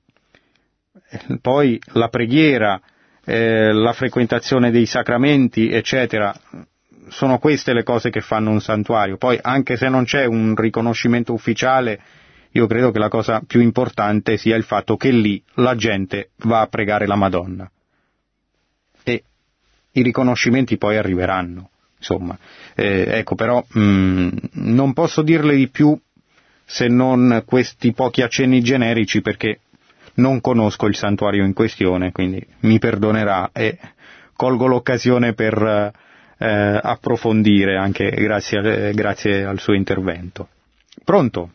poi la preghiera, Eh, la frequentazione dei sacramenti, eccetera, sono queste le cose che fanno un santuario. Poi, anche se non c'è un riconoscimento ufficiale, io credo che la cosa più importante sia il fatto che lì la gente va a pregare la Madonna. E i riconoscimenti poi arriveranno, insomma. Eh, ecco, però mh, non posso dirle di più se non questi pochi accenni generici, perché non conosco il santuario in questione, quindi mi perdonerà e colgo l'occasione per eh, approfondire anche grazie, eh, grazie al suo intervento. Pronto?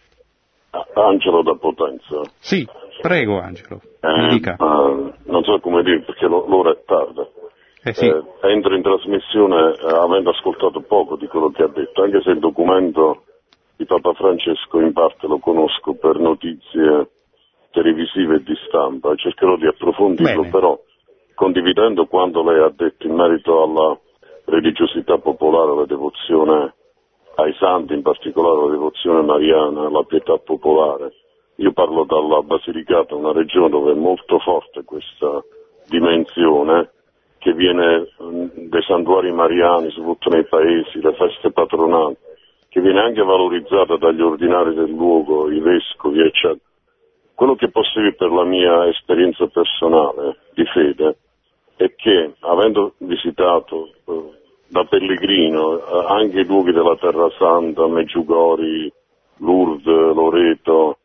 Angelo da Potenza. Sì, prego Angelo, eh, mi dica. Uh, non so come dire perché l'ora è tarda. Eh sì. eh, entro in trasmissione eh, avendo ascoltato poco di quello che ha detto, anche se il documento di Papa Francesco in parte lo conosco per notizie televisive e di stampa, cercherò di approfondirlo. Bene. Però condividendo quanto lei ha detto in merito alla religiosità popolare, alla devozione ai santi, in particolare la devozione mariana, la pietà popolare, io parlo dalla Basilicata, una regione dove è molto forte questa dimensione, che viene dei santuari mariani, soprattutto nei paesi, le feste patronali, che viene anche valorizzata dagli ordinari del luogo, i vescovi, eccetera. Quello che posso dire per la mia esperienza personale di fede è che, avendo visitato eh, da pellegrino eh, anche i luoghi della Terra Santa, Meggiugori, Lourdes, Loreto,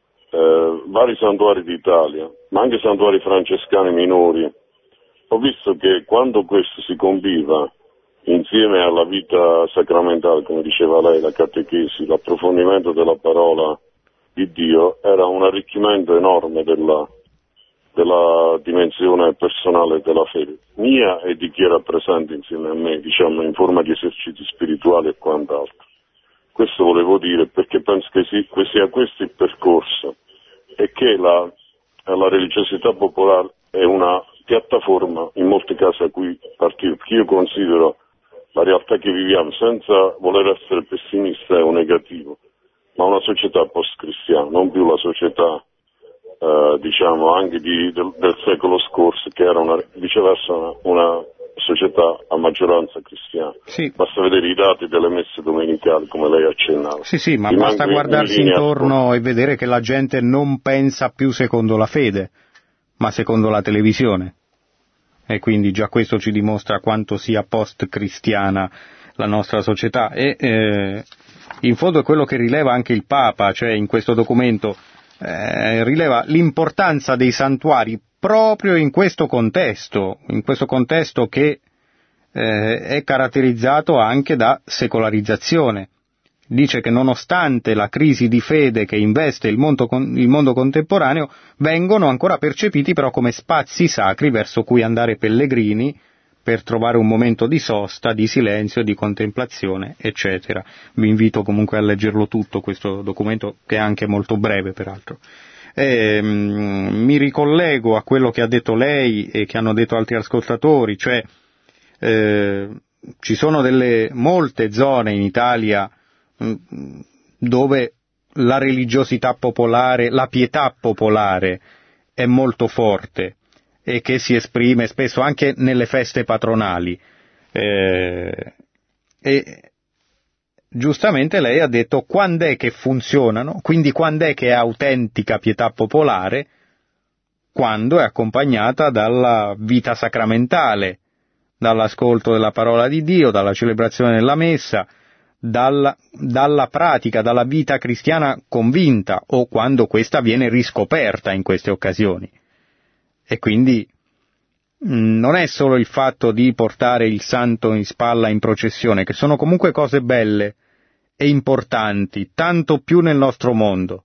eh, vari santuari d'Italia, ma anche santuari francescani minori, ho visto che quando questo si conviva insieme alla vita sacramentale, come diceva lei, la catechesi, l'approfondimento della parola di Dio, era un arricchimento enorme della, della dimensione personale della fede, mia e di chi era presente insieme a me, diciamo in forma di esercizi spirituali e quant'altro. Questo volevo dire perché penso che sia questo il percorso e che la, la religiosità popolare è una piattaforma in molti casi a cui partire, perché io considero la realtà che viviamo, senza voler essere pessimista o negativo, ma una società post-cristiana, non più la società eh, diciamo anche di, del, del secolo scorso, che era una, viceversa una, una società a maggioranza cristiana. Sì. Basta vedere i dati delle messe domenicali, come lei accennava. Sì, sì, ma Rimango basta guardarsi in intorno e vedere che la gente non pensa più secondo la fede, ma secondo la televisione. E quindi già questo ci dimostra quanto sia post-cristiana la nostra società. E eh, in fondo è quello che rileva anche il Papa, cioè in questo documento eh, rileva l'importanza dei santuari proprio in questo contesto, in questo contesto che eh, è caratterizzato anche da secolarizzazione. Dice che nonostante la crisi di fede che investe il mondo, il mondo contemporaneo, vengono ancora percepiti però come spazi sacri verso cui andare pellegrini per trovare un momento di sosta, di silenzio, di contemplazione, eccetera. Vi invito comunque a leggerlo tutto, questo documento, che è anche molto breve peraltro. E, mm, mi ricollego a quello che ha detto lei e che hanno detto altri ascoltatori, cioè eh, ci sono delle molte zone in Italia mh, dove la religiosità popolare, la pietà popolare è molto forte e che si esprime spesso anche nelle feste patronali. Eh, e giustamente lei ha detto quando è che funzionano, quindi quando è che è autentica pietà popolare, quando è accompagnata dalla vita sacramentale, dall'ascolto della parola di Dio, dalla celebrazione della messa, dalla, dalla pratica, dalla vita cristiana convinta, o quando questa viene riscoperta in queste occasioni. E quindi mh, non è solo il fatto di portare il santo in spalla in processione, che sono comunque cose belle e importanti, tanto più nel nostro mondo.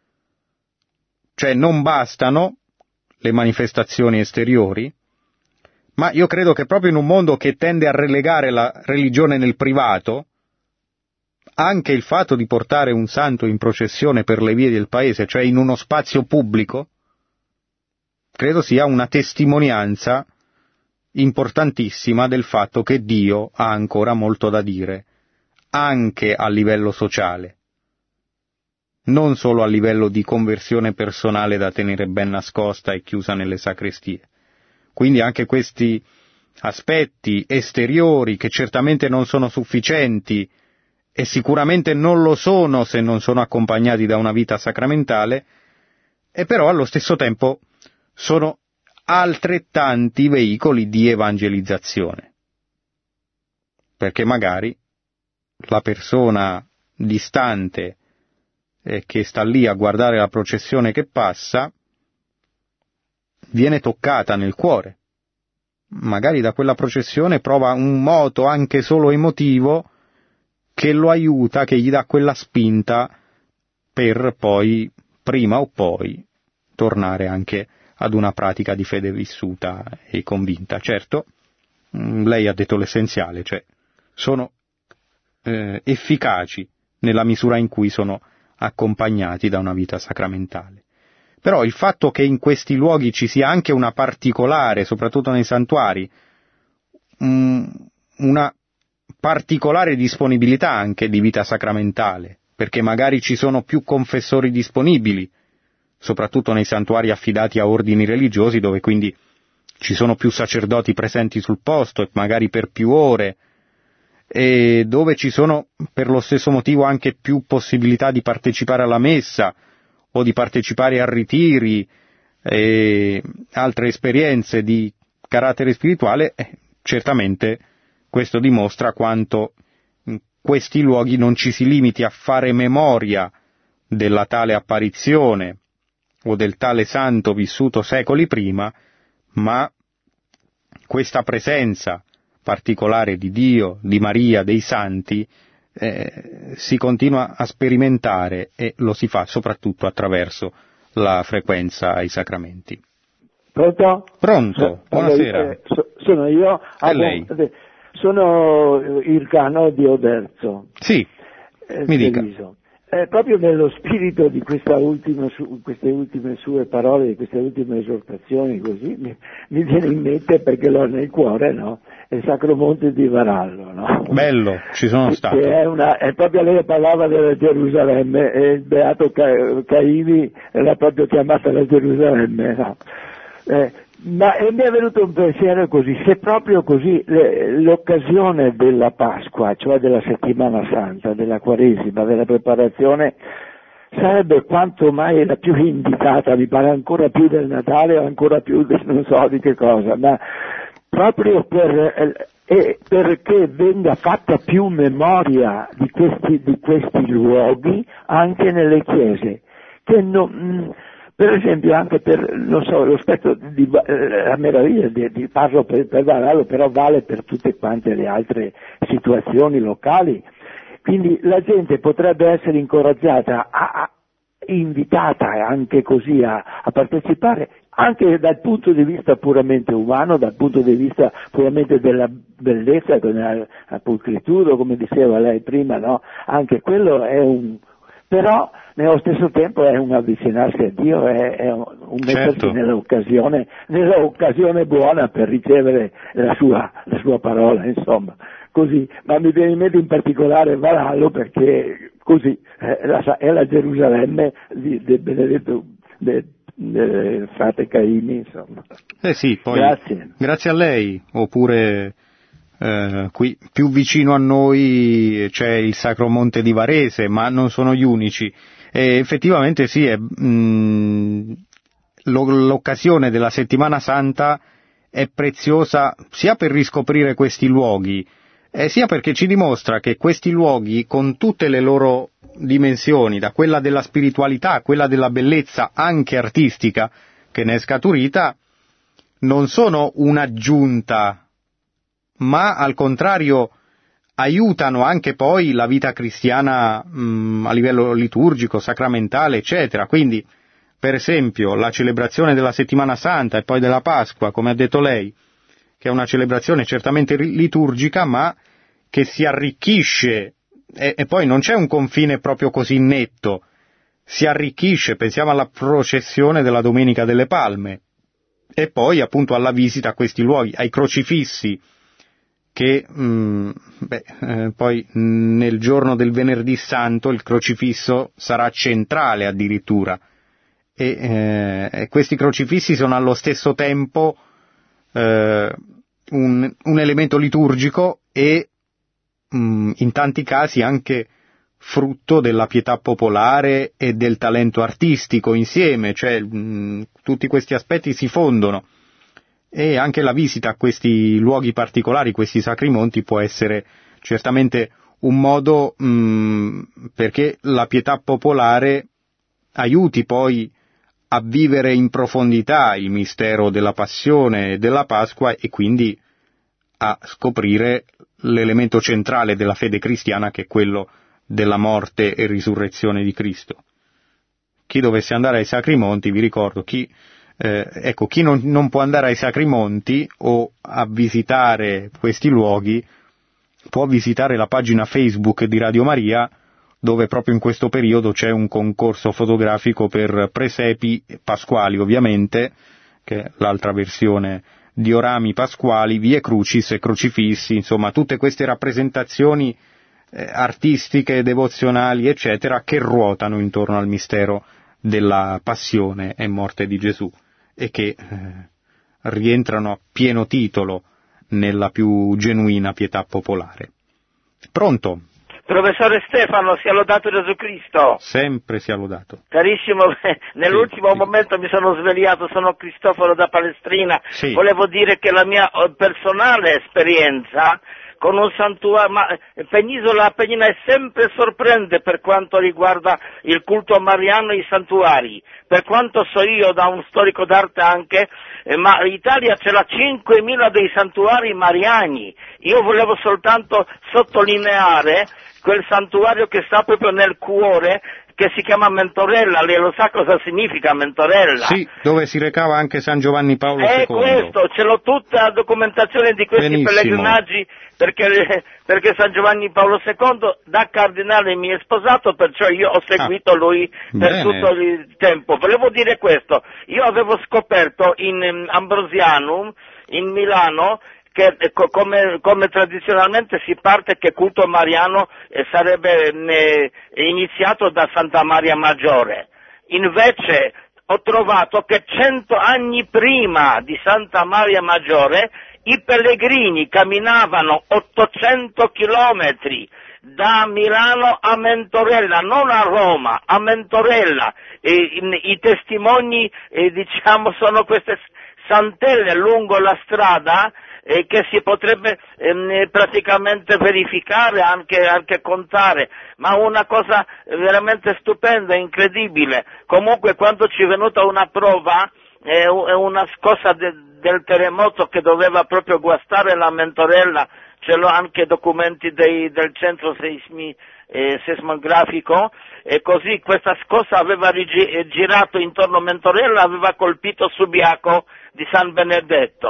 Cioè non bastano le manifestazioni esteriori, ma io credo che proprio in un mondo che tende a relegare la religione nel privato, anche il fatto di portare un santo in processione per le vie del paese, cioè in uno spazio pubblico, credo sia una testimonianza importantissima del fatto che Dio ha ancora molto da dire, anche a livello sociale, non solo a livello di conversione personale da tenere ben nascosta e chiusa nelle sacrestie. Quindi anche questi aspetti esteriori, che certamente non sono sufficienti e sicuramente non lo sono se non sono accompagnati da una vita sacramentale, e però allo stesso tempo sono altrettanti veicoli di evangelizzazione, perché magari la persona distante eh, che sta lì a guardare la processione che passa viene toccata nel cuore, magari da quella processione prova un moto anche solo emotivo che lo aiuta, che gli dà quella spinta per poi, prima o poi, tornare anche ad una pratica di fede vissuta e convinta. Certo, lei ha detto l'essenziale, cioè sono eh, efficaci nella misura in cui sono accompagnati da una vita sacramentale. Però il fatto che in questi luoghi ci sia anche una particolare, soprattutto nei santuari, una particolare disponibilità anche di vita sacramentale, perché magari ci sono più confessori disponibili, soprattutto nei santuari affidati a ordini religiosi, dove quindi ci sono più sacerdoti presenti sul posto, e magari per più ore, e dove ci sono per lo stesso motivo anche più possibilità di partecipare alla messa, o di partecipare a ritiri e altre esperienze di carattere spirituale, eh, certamente questo dimostra quanto in questi luoghi non ci si limiti a fare memoria della tale apparizione o del tale santo vissuto secoli prima, ma questa presenza particolare di Dio, di Maria, dei santi, Eh, si continua a sperimentare, e lo si fa soprattutto attraverso la frequenza ai sacramenti. Pronto? Pronto, buonasera. Eh, so, sono io. È lei? Sono il cano di Oderzo. Sì, eh, mi dica. Eh, proprio nello spirito di questa ultima, su, queste ultime sue parole, di queste ultime esortazioni, così, mi, mi viene in mente, perché l'ho nel cuore, no? Il Sacro Monte di Varallo, no? Bello, ci sono stato. Che è una, è proprio lei parlava della Gerusalemme, e il beato Ca, Caini l'ha proprio chiamata la Gerusalemme, no? Eh, ma e mi è venuto un pensiero così, se proprio così le, l'occasione della Pasqua, cioè della settimana santa, della Quaresima, della preparazione, sarebbe quanto mai la più indicata, mi pare ancora più del Natale o ancora più del, non so di che cosa, ma proprio per, eh, perché venga fatta più memoria di questi, di questi luoghi anche nelle chiese, che non... Per esempio anche per, non so, lo spettro di, eh, la meraviglia di, di parlo per, per Varallo, però vale per tutte quante le altre situazioni locali. Quindi la gente potrebbe essere incoraggiata, a, a, invitata anche così a, a partecipare, anche dal punto di vista puramente umano, dal punto di vista puramente della bellezza, della pulcritudo, come diceva lei prima, no? Anche quello è un... però nello stesso tempo è un avvicinarsi a Dio, è, è un mettersi certo. nell'occasione, nell'occasione buona per ricevere la sua, la sua parola, insomma. così, ma mi viene in mente in particolare Varallo perché così è la, è la Gerusalemme di, del benedetto del de frate Caini, insomma. Eh sì, poi grazie. Grazie a lei, oppure eh, qui più vicino a noi c'è il Sacro Monte di Varese, ma non sono gli unici. E effettivamente sì, è, mh, l'occasione della Settimana Santa è preziosa sia per riscoprire questi luoghi, eh, sia perché ci dimostra che questi luoghi, con tutte le loro dimensioni, da quella della spiritualità a quella della bellezza anche artistica che ne è scaturita, non sono un'aggiunta, ma al contrario aiutano anche poi la vita cristiana mh, a livello liturgico, sacramentale, eccetera. Quindi, per esempio, la celebrazione della Settimana Santa e poi della Pasqua, come ha detto lei, che è una celebrazione certamente liturgica, ma che si arricchisce, e, e poi non c'è un confine proprio così netto, si arricchisce, pensiamo alla processione della Domenica delle Palme, e poi appunto alla visita a questi luoghi, ai crocifissi, che mh, beh, eh, poi nel giorno del Venerdì Santo il crocifisso sarà centrale addirittura, e, eh, e questi crocifissi sono allo stesso tempo eh, un, un elemento liturgico e mh, in tanti casi anche frutto della pietà popolare e del talento artistico insieme, cioè mh, tutti questi aspetti si fondono. E anche la visita a questi luoghi particolari, questi sacri monti, può essere certamente un modo mh, perché la pietà popolare aiuti poi a vivere in profondità il mistero della Passione e della Pasqua e quindi a scoprire l'elemento centrale della fede cristiana, che è quello della morte e risurrezione di Cristo. Chi dovesse andare ai sacri monti, vi ricordo, chi Eh, ecco, chi non, non può andare ai Sacri Monti o a visitare questi luoghi può visitare la pagina Facebook di Radio Maria, dove proprio in questo periodo c'è un concorso fotografico per presepi pasquali, ovviamente, che è l'altra versione di orami pasquali, vie crucis e crocifissi, insomma tutte queste rappresentazioni eh, artistiche, devozionali, eccetera, che ruotano intorno al mistero della passione e morte di Gesù, e che eh, rientrano a pieno titolo nella più genuina pietà popolare. Pronto? Professore Stefano, sia lodato Gesù Cristo. Sempre sia lodato. Carissimo, nell'ultimo sì, momento mi sono svegliato, sono Cristoforo da Palestrina. Sì. Volevo dire che la mia personale esperienza con un santuario, ma Penisola Appennina è sempre sorprendente per quanto riguarda il culto mariano e i santuari. Per quanto so io, da un storico d'arte anche, eh, ma l'Italia ce l'ha cinquemila dei santuari mariani. Io volevo soltanto sottolineare quel santuario che sta proprio nel cuore, che si chiama Mentorella. Lei lo sa cosa significa Mentorella? Sì, dove si recava anche San Giovanni Paolo È secondo. questo, ce l'ho tutta la documentazione di questi Benissimo. pellegrinaggi, perché, perché San Giovanni Paolo secondo da cardinale mi è sposato, perciò io ho seguito ah, lui per bene. tutto il tempo. Volevo dire questo, io avevo scoperto in um, Ambrosianum, in Milano, che come, come tradizionalmente si parte che culto mariano eh, sarebbe ne, iniziato da Santa Maria Maggiore. Invece ho trovato che cento anni prima di Santa Maria Maggiore i pellegrini camminavano ottocento chilometri da Milano a Mentorella, non a Roma, a Mentorella. E, in, i testimoni eh, diciamo sono queste santelle lungo la strada eh, che si potrebbe eh, praticamente verificare, anche, anche contare, ma una cosa veramente stupenda, incredibile. Comunque quando ci è venuta una prova, eh, una scossa de, del terremoto che doveva proprio guastare la Mentorella, ce l'ho anche documenti dei, del centro seismi, eh, seismografico, e così questa scossa aveva rigi- girato intorno a Mentorella, aveva colpito Subiaco di San Benedetto.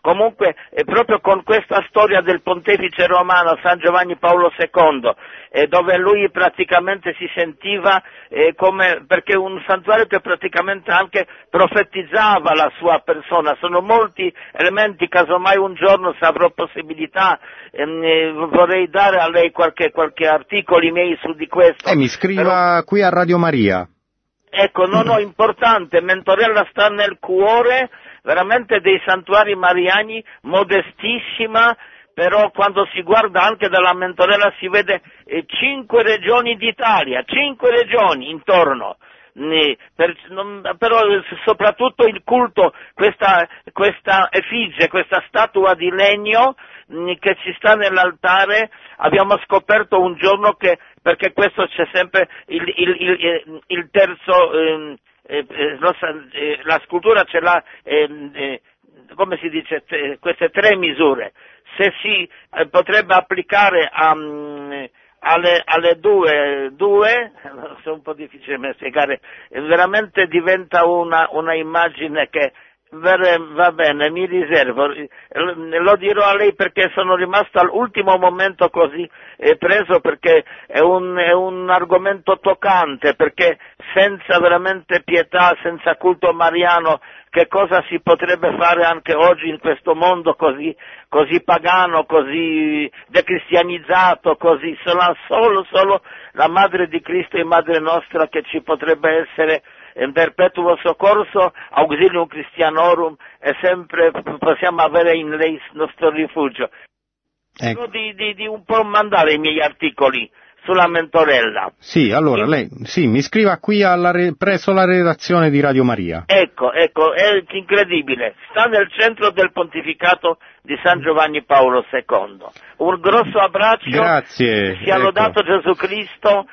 comunque eh, proprio con questa storia del pontefice romano San Giovanni Paolo secondo, eh, dove lui praticamente si sentiva eh, come, perché un santuario che praticamente anche profetizzava la sua persona. Sono molti elementi, casomai un giorno se avrò possibilità ehm, eh, vorrei dare a lei qualche, qualche articoli miei su di questo. Eh, mi scriva Però, qui a Radio Maria. ecco, no, no, importante, Mentorella sta nel cuore veramente dei santuari mariani, modestissima, però quando si guarda anche dalla Mentorella si vede eh, cinque regioni d'Italia, cinque regioni intorno. Per, non, però soprattutto il culto, questa, questa effigie, questa statua di legno mh, che ci sta nell'altare, abbiamo scoperto un giorno che, perché questo c'è sempre il, il, il, il terzo, eh, eh, eh, la scultura ce l'ha, eh, eh, come si dice, t- queste tre misure, se si eh, potrebbe applicare a... Mh, Alle, alle due, due, è un po' difficile da spiegare, veramente diventa una, una immagine che va bene, mi riservo, lo dirò a lei perché sono rimasto all'ultimo momento così eh, preso, perché è un, è un argomento toccante, perché senza veramente pietà, senza culto mariano, che cosa si potrebbe fare anche oggi in questo mondo così, così pagano, così decristianizzato, così solo, solo, solo la Madre di Cristo e Madre nostra che ci potrebbe essere in perpetuo soccorso, auxilium Christianorum, e sempre possiamo avere in lei il nostro rifugio. Ecco. Di, di, di un po' mandare i miei articoli sulla Mentorella. Sì, allora lei sì, mi scriva qui alla re, presso la redazione di Radio Maria. Ecco, ecco, è incredibile. Sta nel centro del pontificato di San Giovanni Paolo secondo. Un grosso abbraccio. Grazie. Sia ecco. lodato Gesù Cristo.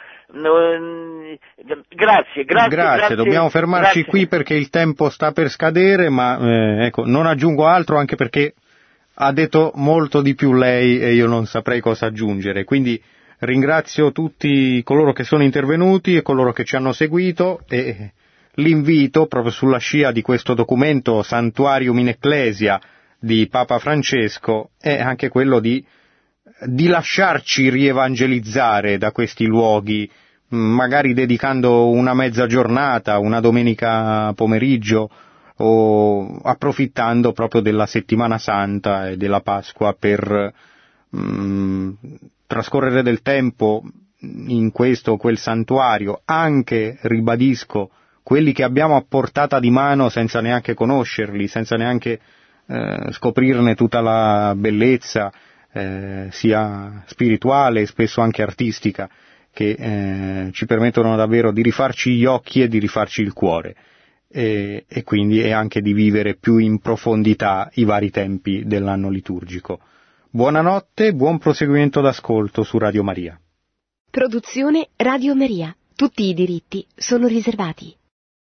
Grazie, grazie. Grazie, grazie dobbiamo fermarci grazie. qui perché il tempo sta per scadere, ma eh, ecco, non aggiungo altro anche perché ha detto molto di più lei e io non saprei cosa aggiungere, quindi ringrazio tutti coloro che sono intervenuti e coloro che ci hanno seguito e l'invito proprio sulla scia di questo documento Santuarium in Ecclesia di Papa Francesco è anche quello di, di lasciarci rievangelizzare da questi luoghi, magari dedicando una mezza giornata, una domenica pomeriggio o approfittando proprio della settimana santa e della Pasqua per mh, trascorrere del tempo in questo o quel santuario, anche, ribadisco, quelli che abbiamo a portata di mano senza neanche conoscerli, senza neanche eh, scoprirne tutta la bellezza, eh, sia spirituale e spesso anche artistica, che eh, ci permettono davvero di rifarci gli occhi e di rifarci il cuore, e, e quindi e anche di vivere più in profondità i vari tempi dell'anno liturgico. Buonanotte, buon proseguimento d'ascolto su Radio Maria. Produzione Radio Maria. Tutti i diritti sono riservati.